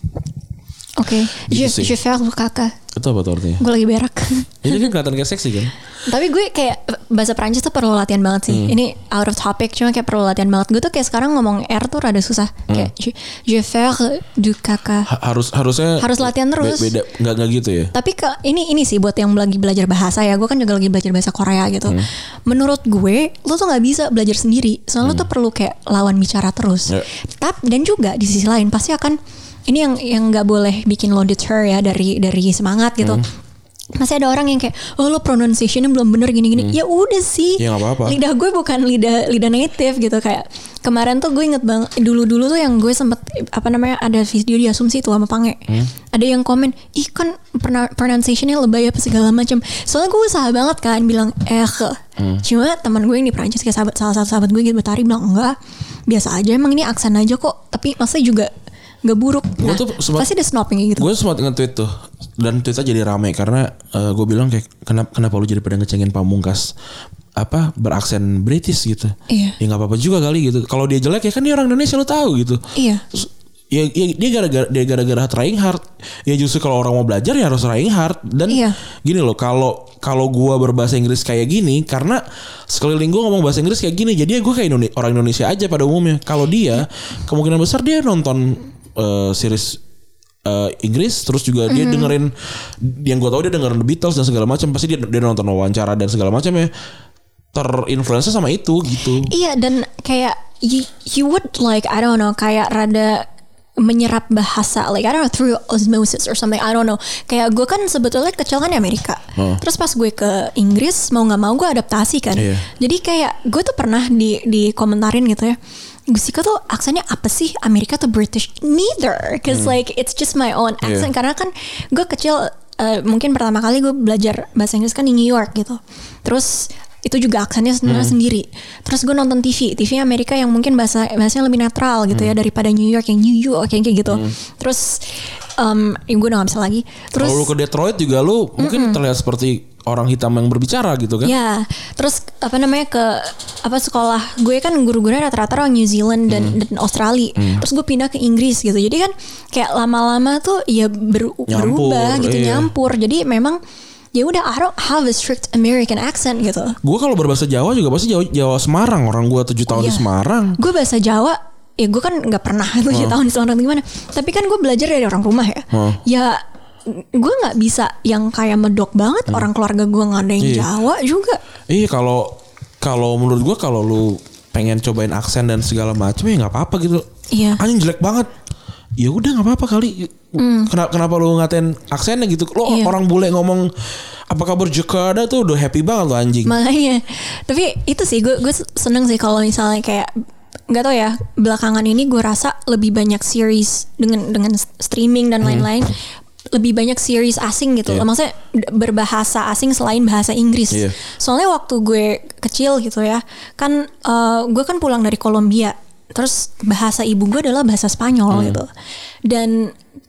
Oke, okay. Je, je faire le caca. Itu apa tuh artinya? Gue lagi berak. Ini kan kelihatan kayak seksi kan? Tapi gue kayak bahasa Prancis tuh perlu latihan banget sih. Hmm. Ini out of topic, cuma kayak perlu latihan banget. Gue tuh kayak sekarang ngomong R tuh rada susah. Hmm. Kayak je, je faire du caca. Ha, harus harusnya harus latihan terus. Beda nggak nggak gitu ya? Tapi ke ini ini sih buat yang lagi belajar bahasa ya. Gue kan juga lagi belajar bahasa Korea gitu. Hmm. Menurut gue, lo tuh nggak bisa belajar sendiri. Soalnya hmm. lo tuh perlu kayak lawan bicara terus. Yeah. Tapi dan juga di sisi lain pasti akan ini yang yang nggak boleh bikin lo deter ya dari dari semangat gitu. Hmm. Masih ada orang yang kayak oh lo pronunciationnya belum bener gini-gini. Hmm. Ya udah sih. Ya gak apa-apa. Lidah gue bukan lidah lidah native gitu. Kayak kemarin tuh gue inget banget dulu-dulu tuh yang gue sempet apa namanya ada video di Asumsi tuh sama Pange. Hmm. Ada yang komen ih kan pronunciationnya lebay apa segala macam. Soalnya gue usaha banget kan bilang eh hmm. cuma teman gue yang di Prancis kayak sahabat salah satu sahabat gue gitu Betari bilang enggak biasa aja emang ini aksen aja kok. Tapi masa juga nggak buruk. Nah, sempat, pasti ada snobing gitu. Gue sempat nge-tweet tuh dan tweetnya jadi rame karena uh, gue bilang kayak kenapa kenapa lu jadi pada ngecengin Pamungkas apa beraksen British gitu. Iya. Ya nggak apa-apa juga kali gitu. Kalau dia jelek ya kan dia orang Indonesia lu tahu gitu. Iya. Terus, ya, ya dia gara-gara dia gara-gara trying hard. Ya justru kalau orang mau belajar ya harus trying hard dan iya. Gini loh kalau kalau gue berbahasa Inggris kayak gini karena sekeliling gue ngomong bahasa Inggris kayak gini jadi ya gue kayak Indonesia, orang Indonesia aja pada umumnya. Kalau dia kemungkinan besar dia nonton Uh, series uh, Inggris terus juga mm-hmm. dia dengerin yang gue tahu dia dengerin The Beatles dan segala macam pasti dia dia nonton wawancara dan segala macam ya terinfluensa sama itu gitu. Iya dan kayak you, you would like I don't know kayak rada menyerap bahasa like I don't know through osmosis or something I don't know kayak gue kan sebetulnya kecil kan di Amerika oh. Terus pas gue ke Inggris mau nggak mau gue adaptasi kan yeah. Jadi kayak gue tuh pernah di di komentarin gitu ya Gusika tuh aksennya apa sih Amerika tuh British neither cause hmm. like it's just my own accent yeah. Karena kan gue kecil uh, mungkin pertama kali gue belajar bahasa Inggris kan di New York gitu terus itu juga aksennya sebenarnya hmm. sendiri. Terus gue nonton T V, T V Amerika yang mungkin bahasa bahasanya lebih netral gitu hmm. ya daripada New York yang New York kayak gitu. Hmm. Terus um, ya gue udah gak bisa lagi. Terus kalau lu ke Detroit juga lu mungkin terlihat seperti orang hitam yang berbicara gitu kan? Ya, terus apa namanya ke apa sekolah gue kan guru-gurunya rata-rata orang New Zealand dan, hmm. dan Australia. Hmm. Terus gue pindah ke Inggris gitu. Jadi kan kayak lama-lama tuh ya ber, nyampur, berubah gitu iya. nyampur. Jadi memang ya udah I don't have a strict American accent gitu. Gue kalau berbahasa Jawa juga pasti Jawa, Jawa Semarang. Orang gue tujuh tahun oh, iya. di Semarang. Gue bahasa Jawa ya gue kan nggak pernah tujuh oh. tahun di Semarang gimana. Tapi kan gue belajar dari orang rumah ya. Oh. Ya gue nggak bisa yang kayak medok banget hmm. orang keluarga gue nggak ada yang iya. Jawa juga. Iya kalau kalau menurut gue kalau lu pengen cobain aksen dan segala macam ya nggak apa-apa gitu. Iya. Anjing jelek banget. Ya udah nggak apa-apa kali. Hmm. Kenapa kenapa lu ngatain aksennya gitu? Lo iya. orang bule ngomong apa kabar Jakarta tuh udah happy banget lo anjing. Makanya. Tapi itu sih gue gue seneng sih kalau misalnya kayak nggak tau ya belakangan ini gue rasa lebih banyak series dengan dengan streaming dan lain-lain. Hmm. Lebih banyak series asing gitu yeah. loh. Maksudnya berbahasa asing selain bahasa Inggris. Yeah. Soalnya waktu gue kecil gitu ya, kan uh, gue kan pulang dari Kolombia. Terus bahasa ibu gue adalah bahasa Spanyol mm. gitu. Dan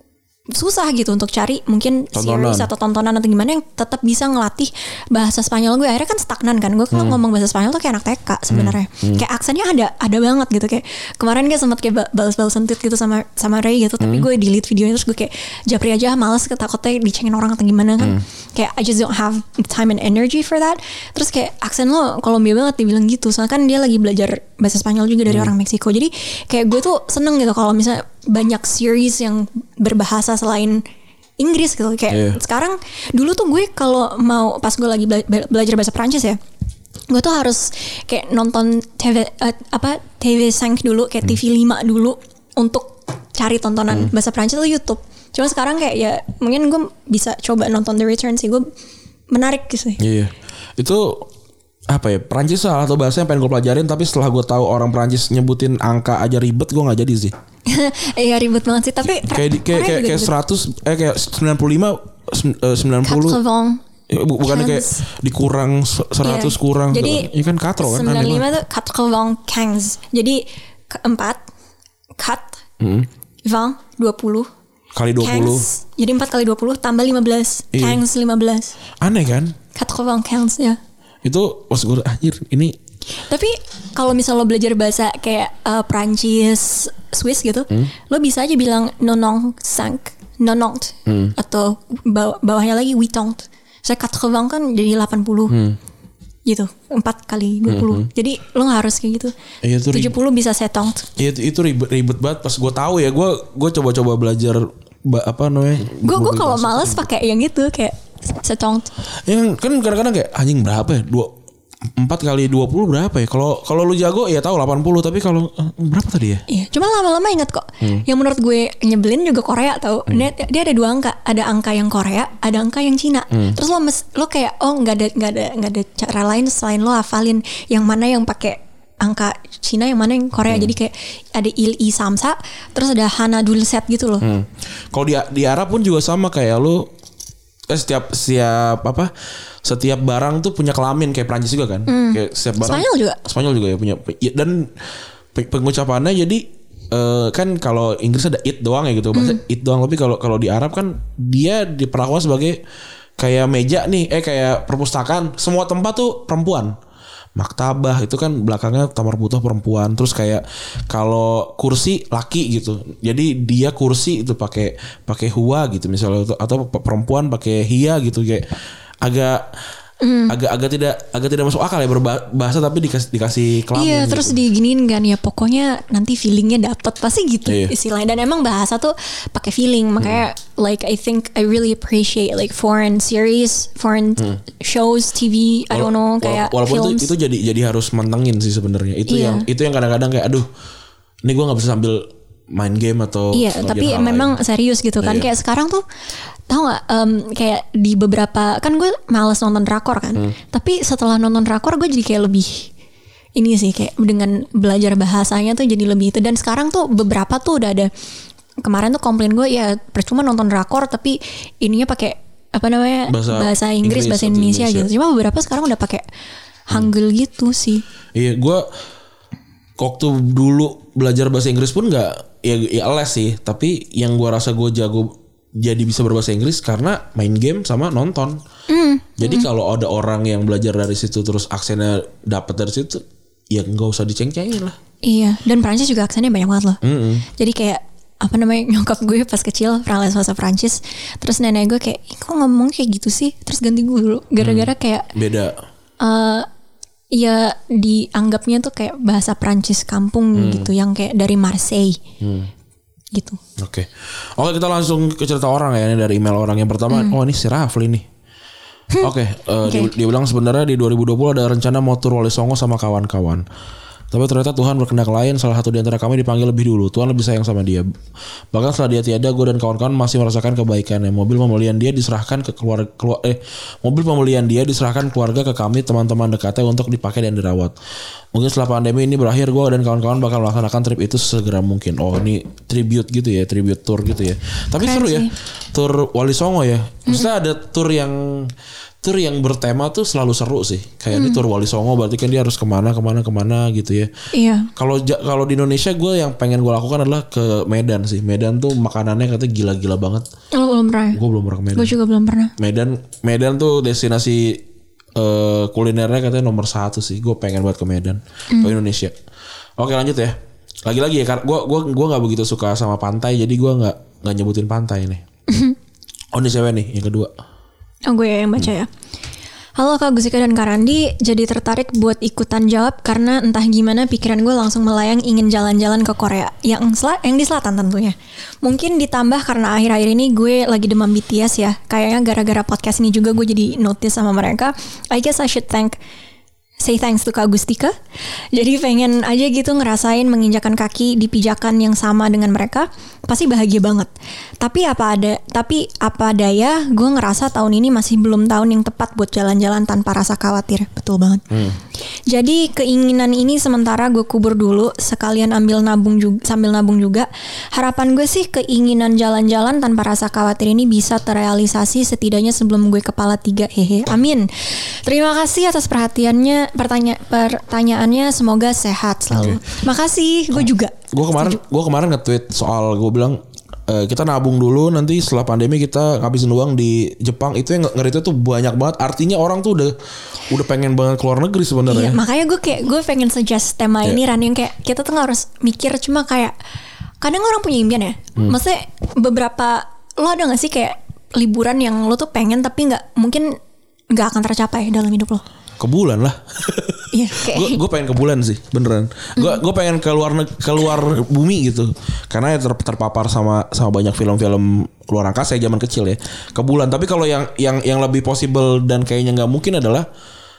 susah gitu untuk cari mungkin tontonan. series atau tontonan atau gimana yang tetap bisa ngelatih bahasa Spanyol gue. Akhirnya kan stagnan kan. Gue kalau hmm. ngomong bahasa Spanyol tuh kayak anak T K sebenarnya. Hmm. Hmm. Kayak aksennya ada ada banget gitu. Kayak kemarin gue sempat kayak balas-balasan tweet gitu sama sama Ray gitu. Hmm. Tapi gue delete videonya terus gue kayak japri aja, malas, ketakutnya dicengin orang atau gimana kan. Hmm. Kayak I just don't have time and energy for that. Terus kayak aksen lo Kolombia banget dibilang gitu. Soalnya kan dia lagi belajar bahasa Spanyol juga dari hmm. orang Meksiko. Jadi kayak gue tuh seneng gitu kalau misalnya banyak series yang berbahasa selain Inggris gitu. Kayak yeah. sekarang dulu tuh gue kalau mau pas gue lagi bela- belajar bahasa Prancis ya, gue tuh harus kayak nonton T V uh, apa T V lima dulu, kayak hmm. T V lima dulu untuk cari tontonan hmm. bahasa Prancis tuh YouTube. Cuma sekarang kayak ya mungkin gue bisa coba nonton The Return sih, gue menarik gitu. Iya. Yeah. Itu apa ya, Prancis salah satu bahasa yang pengen gue pelajarin, tapi setelah gue tahu orang Prancis nyebutin angka aja ribet, gue nggak jadi sih. Iya ribet banget sih, tapi kayak di, kayak kayak, kayak seratus eh kayak sembilan puluh lima sembilan puluh bukannya kayak dikurang seratus yeah. kurang. Jadi ini kan katro kan sembilan puluh lima tuh quatre-vingt quinze. Jadi keempat kat hmm. vingt dua puluh kali dua puluh. Jadi empat kali dua puluh tambah lima belas. Iya. quinze lima belas. Aneh kan? quatre-vingt quinze ya. Itu pas gue anjir ini. Tapi kalau misal lo belajar bahasa kayak uh, Prancis, Swiss gitu, hmm? lo bisa aja bilang nonong cinq, nonont hmm. atau baw- bawahnya lagi huitont. Saya quatre-vingt kan jadi delapan puluh. Hmm. Gitu, empat kali dua puluh. Hmm. Jadi lo gak harus kayak gitu. Iya, tujuh puluh bisa setont. Iya itu, itu ribet, ribet banget pas gue tahu ya. Gue gue coba-coba belajar ba, apa namanya? Gue gue kalau malas pakai yang itu kayak setont. Yang kan kadang-kadang kayak anjing berapa ya? Dua empat kali dua puluh berapa ya? Kalau kalau lu jago ya tahu delapan puluh, tapi kalau uh, berapa tadi ya? Iya, cuma lama-lama ingat kok. Hmm. Yang menurut gue nyebelin juga Korea tahu. Hmm. Dia, dia ada dua angka, ada angka yang Korea, ada angka yang Cina. Hmm. Terus lo mes, lo kayak oh nggak ada nggak ada nggak ada cara lain selain lo hafalin yang mana yang pakai angka Cina, yang mana yang Korea. Hmm. Jadi kayak ada il i samsa, terus ada hana dul set gitu loh. Hmm. Kalau di di Arab pun juga sama kayak lo. Eh, setiap setiap apa setiap barang tuh punya kelamin kayak Prancis juga kan. Mm. Kayak setiap barang Spanyol juga Spanyol juga ya punya ya, dan pengucapannya jadi uh, kan kalau Inggris ada it doang ya gitu, bahasa mm. it doang, tapi kalau kalau di Arab kan dia diperlakukan sebagai kayak meja nih eh kayak perpustakaan, semua tempat tuh perempuan. Maktabah itu kan belakangnya kamar butuh perempuan, terus kayak kalau kursi laki gitu, jadi dia kursi itu pakai pakai huwa gitu misalnya, atau perempuan pakai hia gitu, kayak agak Mm. agak agak tidak agak tidak masuk akal ya berbahasa tapi dikasih dikasih kelamin. Iya, gitu. Terus diginiin kan ya pokoknya nanti feelingnya dapet pasti gitu iya. Istilahnya. Dan emang bahasa tuh pakai feeling, makanya mm. like I think I really appreciate like foreign series, foreign mm. shows, T V, I don't know Wala- kayak walaupun films. itu, itu jadi jadi harus mentengin sih sebenarnya. Itu iya. yang itu yang kadang-kadang kayak aduh, ini gue nggak bisa sambil main game atau iya, tapi memang lain. Serius gitu kan. Iya. Kayak sekarang tuh tahu nggak um, kayak di beberapa kan gue males nonton drakor kan, hmm. tapi setelah nonton drakor gue jadi kayak lebih ini sih kayak dengan belajar bahasanya tuh jadi lebih itu. Dan sekarang tuh beberapa tuh udah ada, kemarin tuh komplain gue ya percuma nonton drakor tapi ininya pakai apa namanya bahasa, bahasa Inggris, Inggris bahasa Indonesia, Indonesia gitu. Cuma beberapa sekarang udah pakai Hangul hmm. gitu sih. Iya, gue waktu dulu belajar bahasa Inggris pun nggak ya, ya les sih, tapi yang gue rasa gue jago jadi bisa berbahasa Inggris karena main game sama nonton. Mm. Jadi mm. kalau ada orang yang belajar dari situ terus aksennya dapat dari situ, ya nggak usah diceng-cengin lah. Iya, dan Prancis juga aksennya banyak banget loh. Mm-hmm. Jadi kayak apa namanya, nyokap gue pas kecil pernah les bahasa Prancis, terus nenek gue kayak kok ngomong kayak gitu sih, terus ganti gue dulu gara-gara mm. kayak beda. Uh, ya dianggapnya tuh kayak bahasa Prancis kampung mm. gitu, yang kayak dari Marseille. Mm. Gitu. Oke, okay. Oke kita langsung ke cerita orang ya, ini dari email orang yang pertama. Hmm. Oh ini si Rafli nih. Oke, okay, uh, okay. dia, dia bilang sebenarnya di dua ribu dua puluh ada rencana mau tur Wali Songo sama kawan-kawan. Tapi ternyata Tuhan berkehendak lain, salah satu di antara kami dipanggil lebih dulu. Tuhan lebih sayang sama dia. Bahkan setelah dia tiada, gue dan kawan-kawan masih merasakan kebaikannya. Mobil pembelian dia diserahkan ke keluarga, keluar, eh, mobil pembelian dia diserahkan keluarga ke kami, teman-teman dekatnya untuk dipakai dan dirawat. Mungkin setelah pandemi ini berakhir, gue dan kawan-kawan bakal melaksanakan trip itu segera mungkin. Oh ini tribute gitu ya, tribute tour gitu ya. Tapi keren seru sih. Ya, tour Wali Songo ya. Maksudnya ada tour yang tur yang bertema tuh selalu seru sih. Kayak hmm. ini tur Wali Songo berarti kan dia harus kemana kemana kemana gitu ya. Iya. Kalau kalau di Indonesia gue yang pengen gue lakukan adalah ke Medan sih. Medan tuh makanannya katanya gila-gila banget. Lo belum pernah? Gue belum pernah ke Medan. Gue juga belum pernah. Medan Medan tuh destinasi uh, kulinernya katanya nomor satu sih. Gue pengen buat ke Medan, hmm. ke Indonesia. Oke lanjut ya. Lagi-lagi ya, karena gue gue gue nggak begitu suka sama pantai, jadi gue nggak nggak nyebutin pantai nih. Oh ini siapa nih yang kedua? Oh gue yang baca ya. Halo Kak Gusika dan Kak Randi, jadi tertarik buat ikutan jawab karena entah gimana pikiran gue langsung melayang ingin jalan-jalan ke Korea yang sel- yang di selatan tentunya. Mungkin ditambah karena akhir-akhir ini gue lagi demam B T S ya. Kayaknya gara-gara podcast ini juga gue jadi notice sama mereka. I guess I should thank Say thanks to Kak Gustika. Jadi pengen aja gitu ngerasain menginjakan kaki di pijakan yang sama dengan mereka. Pasti bahagia banget. Tapi apa ada, tapi apa daya, gue ngerasa tahun ini masih belum tahun yang tepat buat jalan-jalan tanpa rasa khawatir. Betul banget. Hmm. Jadi keinginan ini sementara gue kubur dulu, sekalian ambil nabung juga, sambil nabung juga. Harapan gue sih keinginan jalan-jalan tanpa rasa khawatir ini bisa terrealisasi setidaknya sebelum gue kepala tiga. Hehe. Amin. Terima kasih atas perhatiannya. Pertanya pertanyaannya semoga sehat selalu. Okay. Makasih, gue juga. Gue kemarin gue kemarin nge-tweet soal gue bilang e, kita nabung dulu nanti setelah pandemi kita ngabisin uang di Jepang. Itu yang nge-retweet tuh banyak banget. Artinya orang tuh udah udah pengen banget keluar negeri sebenarnya. Iya, makanya gue kayak gue pengen suggest tema yeah. ini Ran yang kayak kita tuh nggak harus mikir cuma kayak kadang orang punya impian ya. Hmm. Maksudnya beberapa lo ada nggak sih kayak liburan yang lo tuh pengen tapi nggak mungkin nggak akan tercapai dalam hidup lo? Ke bulan lah. Iya, kayak gue pengen ke bulan sih, beneran. Gue mm. gue pengen keluar keluar bumi gitu. Karena ya ter, terpapar sama sama banyak film-film luar angkasa ya zaman kecil ya. Ke bulan. Tapi kalau yang yang yang lebih possible dan kayaknya nggak mungkin adalah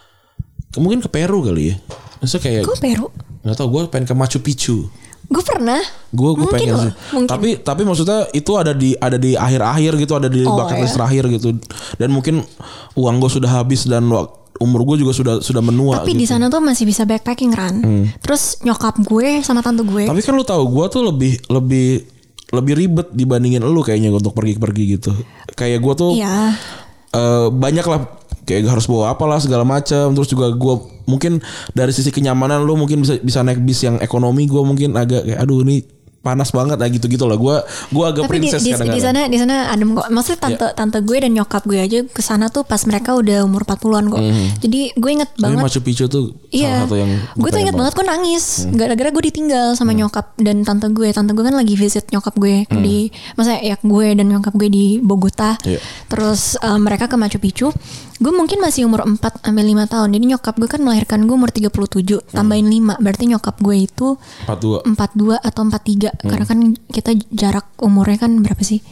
mungkin ke Peru kali ya. Maksudnya kayak. Ke Peru? Nggak tahu. Gue pengen ke Machu Picchu. Gue pernah. Gue gue pengen loh, sih. Mungkin. Tapi tapi maksudnya itu ada di ada di akhir-akhir gitu, ada di oh, bucket list ya? Terakhir gitu. Dan mungkin uang gue sudah habis dan umur gue juga sudah sudah menua. Tapi gitu. Di sana tuh masih bisa backpacking Ran. Hmm. Terus nyokap gue sama tante gue. Tapi kan lu tahu gue tuh lebih lebih lebih ribet dibandingin lu kayaknya untuk pergi-pergi gitu. Kayak gue tuh iya. uh, banyak lah kayak harus bawa apalah segala macam. Terus juga gue mungkin dari sisi kenyamanan lu mungkin bisa bisa naik bis yang ekonomi, gue mungkin agak kayak aduh ini panas banget lah gitu-gitu lah. Gue gue agak tapi princess di, di, di sana di sana adem kok. Maksudnya tante yeah. tante gue dan nyokap gue aja ke sana tuh pas mereka udah umur empat puluhan kok. Mm. Jadi gue inget Jadi banget Machu Picchu tuh iya. salah satu yang gue tuh inget banget gue nangis mm. gara-gara gue ditinggal sama mm. nyokap dan tante gue. Tante gue kan lagi visit nyokap gue mm. di maksudnya ya gue dan nyokap gue di Bogota. Yeah. Terus um, mereka ke Machu Picchu. Gue mungkin masih umur empat sampai lima tahun. Jadi nyokap gue kan melahirkan gue umur tiga puluh tujuh hmm. tambahin lima. Berarti nyokap gue itu empat puluh dua empat puluh dua atau empat puluh tiga hmm. Karena kan kita jarak umurnya kan berapa sih?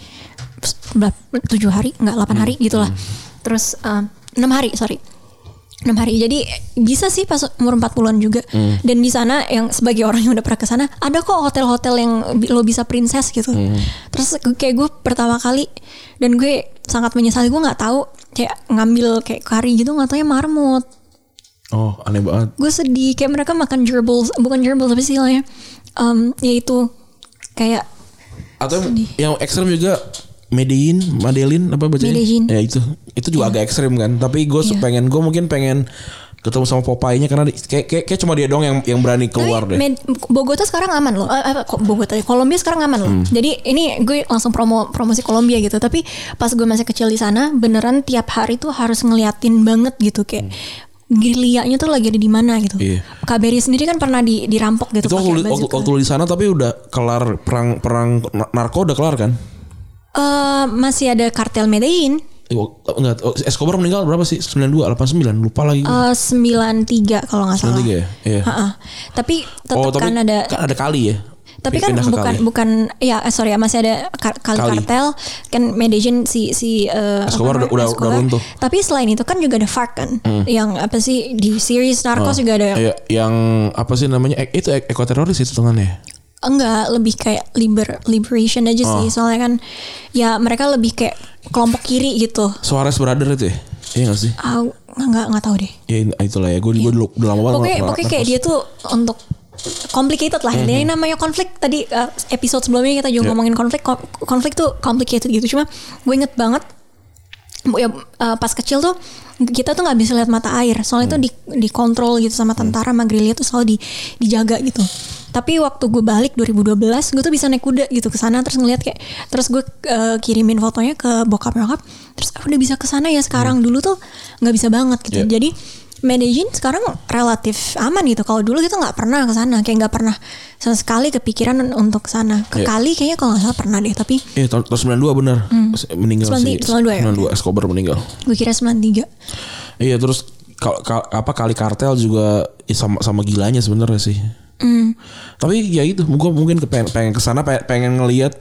tujuh hari, enggak delapan hari hmm. gitulah. Hmm. Terus um, enam hari, sorry. enam hari. Jadi bisa sih pas umur empat puluhan juga. Hmm. Dan di sana yang sebagai orang yang udah pernah ke sana, ada kok hotel-hotel yang lo bisa princess gitu. Hmm. Terus kayak gue pertama kali dan gue sangat menyesali gue enggak tahu kayak ngambil kayak kari gitu nggak taunya marmut. Oh aneh banget. Gue sedih kayak mereka makan gerbils, bukan gerbils tapi sih lah ya. Um, yaitu kayak atau sedih. Yang ekstrem juga Medellin, Medellin apa bacanya? Medellin. Ya itu, itu juga yeah. agak ekstrem kan. Tapi gue yeah. pengen, gue mungkin pengen ketemu sama Popeye-nya karena kayak, kayak, kayak cuma dia dong yang yang berani keluar deh. Med, Bogota sekarang aman loh. Eh, kok Bogota? Kolombia sekarang aman loh. Hmm. Jadi ini gue langsung promo promosi Kolombia gitu. Tapi pas gue masih kecil di sana, beneran tiap hari tuh harus ngeliatin banget gitu kayak. Hmm. Gilianya tuh lagi ada di mana gitu. Iya. K B R I sendiri kan pernah di, dirampok gitu. Itu waktu, waktu, waktu di sana tapi udah kelar perang perang narko udah kelar kan? Uh, masih ada kartel Medellin. Enggak, Escobar meninggal berapa sih? sembilan puluh dua, delapan puluh sembilan, lupa lagi. Uh, sembilan puluh tiga kalau enggak salah. sembilan puluh tiga ya? Iya. Uh-uh. Tapi tetap oh, kan ada kan ada kali ya. Tapi kan bukan kali. bukan ya sorry ya masih ada kar- kali, kali kartel kan Medellin si si uh, Escobar udah udah udah runtuh. Tapi selain itu kan juga ada F A R C kan. Hmm. Yang apa sih di series Narcos oh. juga ada. Yang, yang apa sih namanya? E- itu ekoteroris itu tangannya. Enggak, lebih kayak liber liberation aja oh. sih. Soalnya kan ya mereka lebih kayak kelompok kiri gitu. Suarez Brother itu ya? Iya gak sih? Ah, uh, enggak enggak tahu deh. Ya itulah ya. Gue yeah. dulu udah lama banget. Pokoknya pokoknya kayak dia tuh untuk complicated lah. Mm-hmm. Ini namanya konflik. Tadi uh, episode sebelumnya kita juga yeah. ngomongin konflik. Konflik tuh complicated gitu. Cuma gue inget banget ya uh, pas kecil tuh kita tuh nggak bisa lihat mata air, soalnya hmm. tuh di dikontrol gitu sama tentara, sama gerilya tuh selalu di, dijaga gitu. Tapi waktu gue balik dua ribu dua belas, gue tuh bisa naik kuda gitu ke sana, terus ngeliat kayak, terus gue uh, kirimin fotonya ke bokap nyokap, terus aku udah bisa ke sana ya sekarang. Hmm. Dulu tuh nggak bisa banget gitu. Yeah. Jadi Medellin sekarang relatif aman gitu. Kalau dulu kita nggak pernah ke sana, kayak nggak pernah sama sekali kepikiran untuk sana. Ke yeah. Kali kayaknya kalau nggak salah pernah deh, tapi iya yeah, tahun sembilan puluh dua benar hmm. meninggal sih. sembilan puluh dua ya. sembilan puluh dua Escobar meninggal. Gue kira sembilan puluh tiga. Iya, terus kal, kal, apa kali kartel juga ya sama sama gilanya sebenarnya sih. Mm. Tapi ya itu, gue mungkin pengen pengen kesana, pengen, pengen ngelihat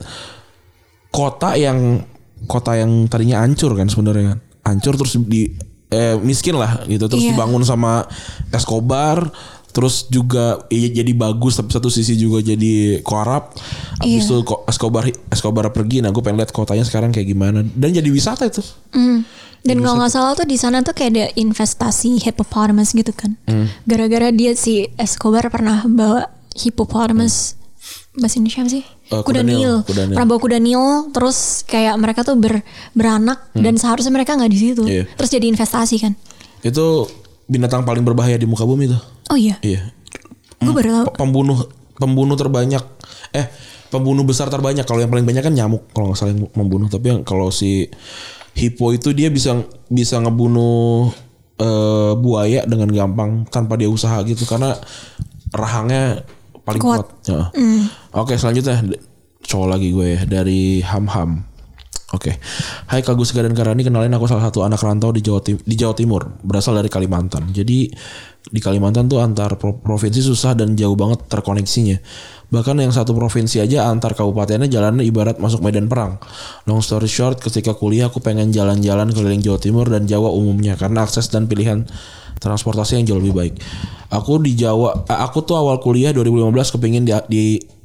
kota yang kota yang tadinya hancur kan sebenarnya kan, hancur terus di eh, miskin lah gitu, terus yeah. dibangun sama Escobar, terus juga ya, jadi bagus, tapi satu sisi juga jadi korup. Habis itu yeah. Escobar Escobar pergi, nah gue pengen lihat kotanya sekarang kayak gimana, dan jadi wisata itu. Mm. Dan kalau nggak salah tuh di sana tuh kayak ada investasi hippopotamus gitu kan. Hmm. Gara-gara dia si Escobar pernah bawa hippopotamus, hmm. bahasa Indonesia apa sih? Uh, kuda, kuda Nil. Kuda Nil. Pernah bawa kuda Nil, terus kayak mereka tuh ber, beranak hmm. dan seharusnya mereka nggak di situ. Yeah. Terus jadi investasi kan. Itu binatang paling berbahaya di muka bumi tuh. Oh iya. Iya. Gue baru tahu. Pembunuh pembunuh terbanyak. Eh, pembunuh besar terbanyak. Kalau yang paling banyak kan nyamuk kalau nggak salah yang membunuh. Tapi yang kalau si Hippo itu dia bisa bisa ngebunuh uh, buaya dengan gampang tanpa dia usaha gitu, karena rahangnya paling kuat. kuat. Ya. Mm. Oke, selanjutnya cowok lagi gue ya, dari Ham Ham. Oke. Hai Kak Gustika dan Karani, kenalin aku salah satu anak rantau di Jawa Tim- di Jawa Timur, berasal dari Kalimantan. Jadi di Kalimantan tuh antar provinsi susah dan jauh banget terkoneksinya. Bahkan yang satu provinsi aja antar kabupatennya jalannya ibarat masuk medan perang. Long story short, ketika kuliah aku pengen jalan-jalan keliling Jawa Timur dan Jawa umumnya karena akses dan pilihan transportasi yang jauh lebih baik. Aku di Jawa, aku tuh awal kuliah dua ribu lima belas kepingin di, di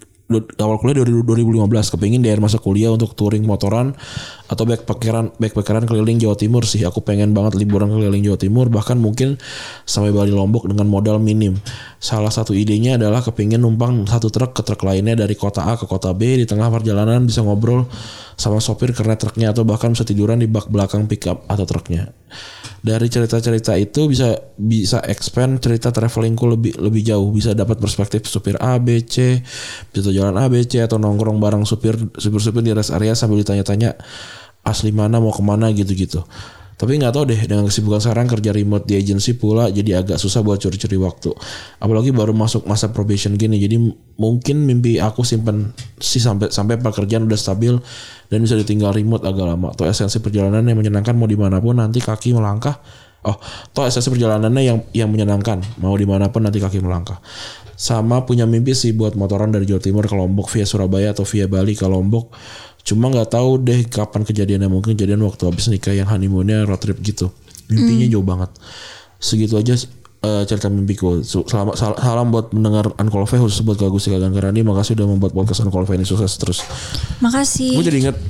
awal kuliah dua ribu lima belas kepingin di akhir masa kuliah untuk touring motoran atau backpackeran backpackeran keliling Jawa Timur sih. Aku pengen banget liburan keliling Jawa Timur, bahkan mungkin sampai Bali Lombok dengan modal minim. Salah satu idenya adalah kepingin numpang satu truk ke truk lainnya dari kota A ke kota B, di tengah perjalanan bisa ngobrol sama sopir karena truknya, atau bahkan bisa tiduran di bak belakang pickup atau truknya. Dari cerita-cerita itu bisa bisa expand cerita travelingku lebih lebih jauh, bisa dapat perspektif supir A, B, C, bisa jalan A, B, C, atau nongkrong bareng supir supir-supir di rest area sambil ditanya-tanya asli mana mau kemana gitu-gitu. Tapi nggak tahu deh, dengan kesibukan sekarang kerja remote di agensi pula jadi agak susah buat curi-curi waktu. Apalagi baru masuk masa probation gini, jadi mungkin mimpi aku simpen sih sampai sampai pekerjaan udah stabil dan bisa ditinggal remote agak lama. Toh esensi perjalanan yang menyenangkan mau dimanapun nanti kaki melangkah. Oh, toh esensi perjalanannya yang yang menyenangkan mau dimanapun nanti kaki melangkah. Sama punya mimpi sih buat motoran dari Jawa Timur ke Lombok via Surabaya atau via Bali ke Lombok. Cuma nggak tahu deh kapan kejadiannya, mungkin kejadian waktu habis nikah yang honeymoonnya road trip gitu. Mimpinya mm. jauh banget. Segitu aja uh, cerita mimpiku. Selamat sal- salam buat mendengar Uncolve, khusus buat Kak Gustika dan Karani. Makasih udah membuat podcast Uncolve ini sukses terus. Makasih. Gue jadi inget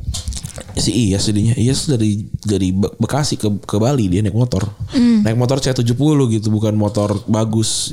si Iyas jadinya. Iyas dari dari Bekasi ke ke Bali dia naik motor. Mm. Naik motor C tujuh puluh gitu, bukan motor bagus.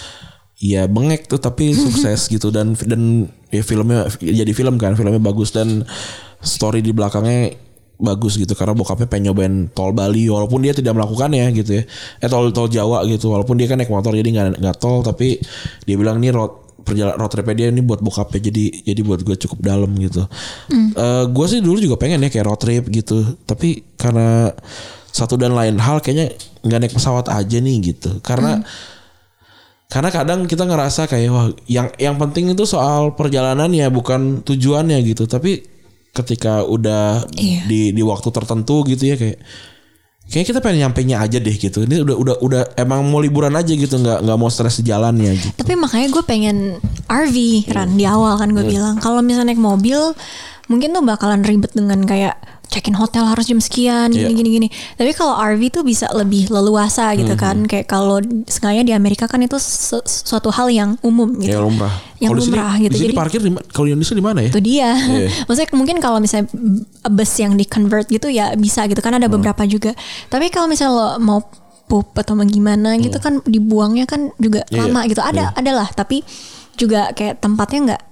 Ya bengek tuh tapi sukses gitu, dan dan ya filmnya jadi film kan, filmnya bagus dan story di belakangnya bagus gitu karena bokapnya pengen nyobain tol Bali walaupun dia tidak melakukannya gitu ya, eh tol tol Jawa gitu, walaupun dia kan naik motor jadi nggak nggak tol, tapi dia bilang nih road perjalanan road tripnya dia ini buat bokapnya, jadi jadi buat gue cukup dalam gitu. Mm. Uh, gue sih dulu juga pengen ya kayak road trip gitu, tapi karena satu dan lain hal kayaknya nggak naik pesawat aja nih gitu, karena mm. Karena kadang kita ngerasa kayak wah yang yang penting itu soal perjalanannya bukan tujuannya gitu. Tapi ketika udah iya. di di waktu tertentu gitu ya kayak kayak kita pengen nyampainya aja deh gitu. Ini udah udah udah emang mau liburan aja gitu, nggak nggak mau stres di jalannya gitu. Tapi makanya gue pengen R V kan hmm. di awal kan gue hmm. bilang kalau misalnya naik mobil mungkin tuh bakalan ribet dengan kayak check-in hotel harus jam sekian yeah. gini-gini. Tapi kalau R V tuh bisa lebih leluasa gitu mm-hmm. kan. Kayak kalau sengaja di Amerika kan itu su- suatu hal yang umum gitu. Ya lumrah. Yang kalo lumrah sini, gitu. Di sini jadi parkir kalau di Indonesia di mana ya? Itu dia. Yeah. Maksudnya mungkin kalau misalnya bus yang di convert gitu ya bisa gitu kan, ada hmm. beberapa juga. Tapi kalau misalnya lo mau pup atau gimana gitu hmm. kan dibuangnya kan juga yeah, lama yeah. gitu. Ada yeah. adalah tapi juga kayak tempatnya nggak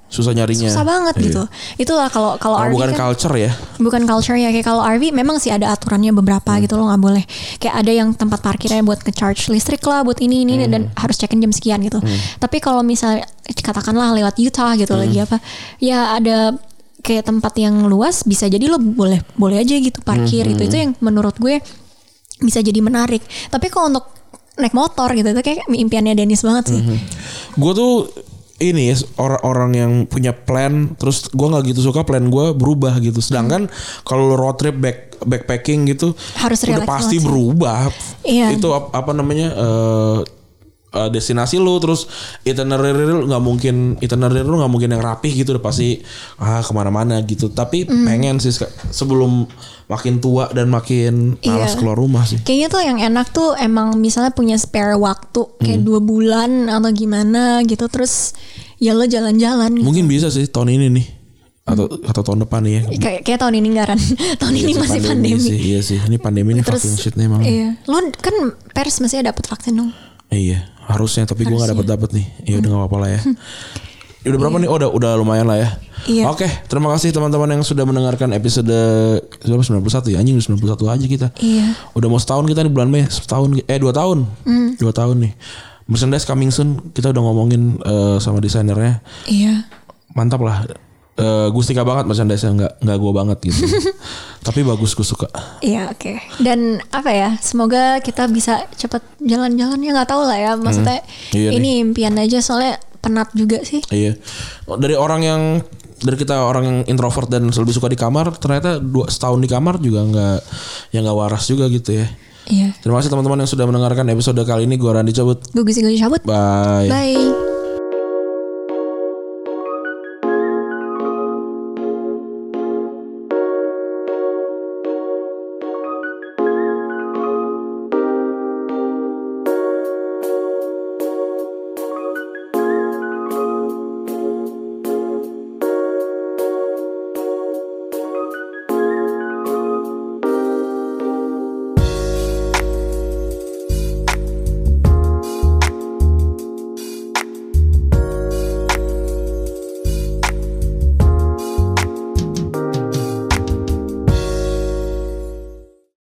susah nyarinya. Susah banget iya. gitu. Itulah kalau kalau R V bukan kan, culture ya. Bukan culture ya. Kayak kalau R V memang sih ada aturannya beberapa hmm. gitu, lo nggak boleh. Kayak ada yang tempat parkirnya buat nge-charge listrik lah, buat ini ini hmm. dan harus check-in jam sekian gitu. Hmm. Tapi kalau misalnya katakanlah lewat Utah gitu hmm. lagi apa, ya ada kayak tempat yang luas, bisa jadi lo boleh boleh aja gitu parkir. Hmm. Itu itu yang menurut gue bisa jadi menarik. Tapi kalau untuk naik motor gitu, itu kayak impiannya Dennis banget sih. Hmm. Gue tuh ini ya orang-orang yang punya plan, terus gue nggak gitu suka plan gue berubah gitu. Sedangkan hmm. kalau road trip back backpacking gitu harus udah pasti berubah. Iya. Itu apa namanya uh, uh, destinasi lu, terus itinerary lu nggak mungkin itinerary lu nggak mungkin yang rapih gitu, udah pasti ah kemana-mana gitu. Tapi hmm. pengen sih sebelum makin tua dan makin malas iya. keluar rumah sih. Kayaknya tuh yang enak tuh emang misalnya punya spare waktu kayak hmm. dua bulan atau gimana gitu, terus ya lo jalan-jalan. Mungkin gitu. bisa sih tahun ini nih atau hmm. atau tahun depan nih ya. Kayak kayak tahun ini enggak kan? tahun iya, ini masih pandemi. pandemi. Sih, iya sih, ini pandemi ini terus, vaksin shitnya emang. Iya, lo kan pers masih dapat vaksin dong. Iya, harusnya tapi gue nggak dapat dapat nih. Ya udah nggak hmm. apa-apa lah ya. Udah berapa iya. nih? Oh, udah udah lumayan lah ya. Iya. Oke, terima kasih teman-teman yang sudah mendengarkan episode sembilan puluh satu ya. Anjing sembilan puluh satu aja kita. Iya. Udah mau setahun kita nih bulan Mei, setahun eh dua tahun. Mm. dua tahun nih. Merchandise coming soon. Kita udah ngomongin uh, sama desainernya. Iya. Mantap lah. Uh, Gustika banget merchandise-nya, enggak enggak gua banget gitu. Tapi bagus, gue suka. Iya, oke. Okay. Dan apa ya? Semoga kita bisa cepat jalan-jalan, ya nggak tahu lah ya. Maksudnya hmm. iya ini nih. Impian aja, soalnya penat juga sih. Iya. Dari orang yang dari kita orang yang introvert dan lebih suka di kamar, ternyata dua setahun di kamar juga nggak yang nggak waras juga gitu ya. Iya. Terima kasih teman-teman yang sudah mendengarkan episode kali ini. Gue Randy cabut. Gue Gusi cabut. Bye. Bye.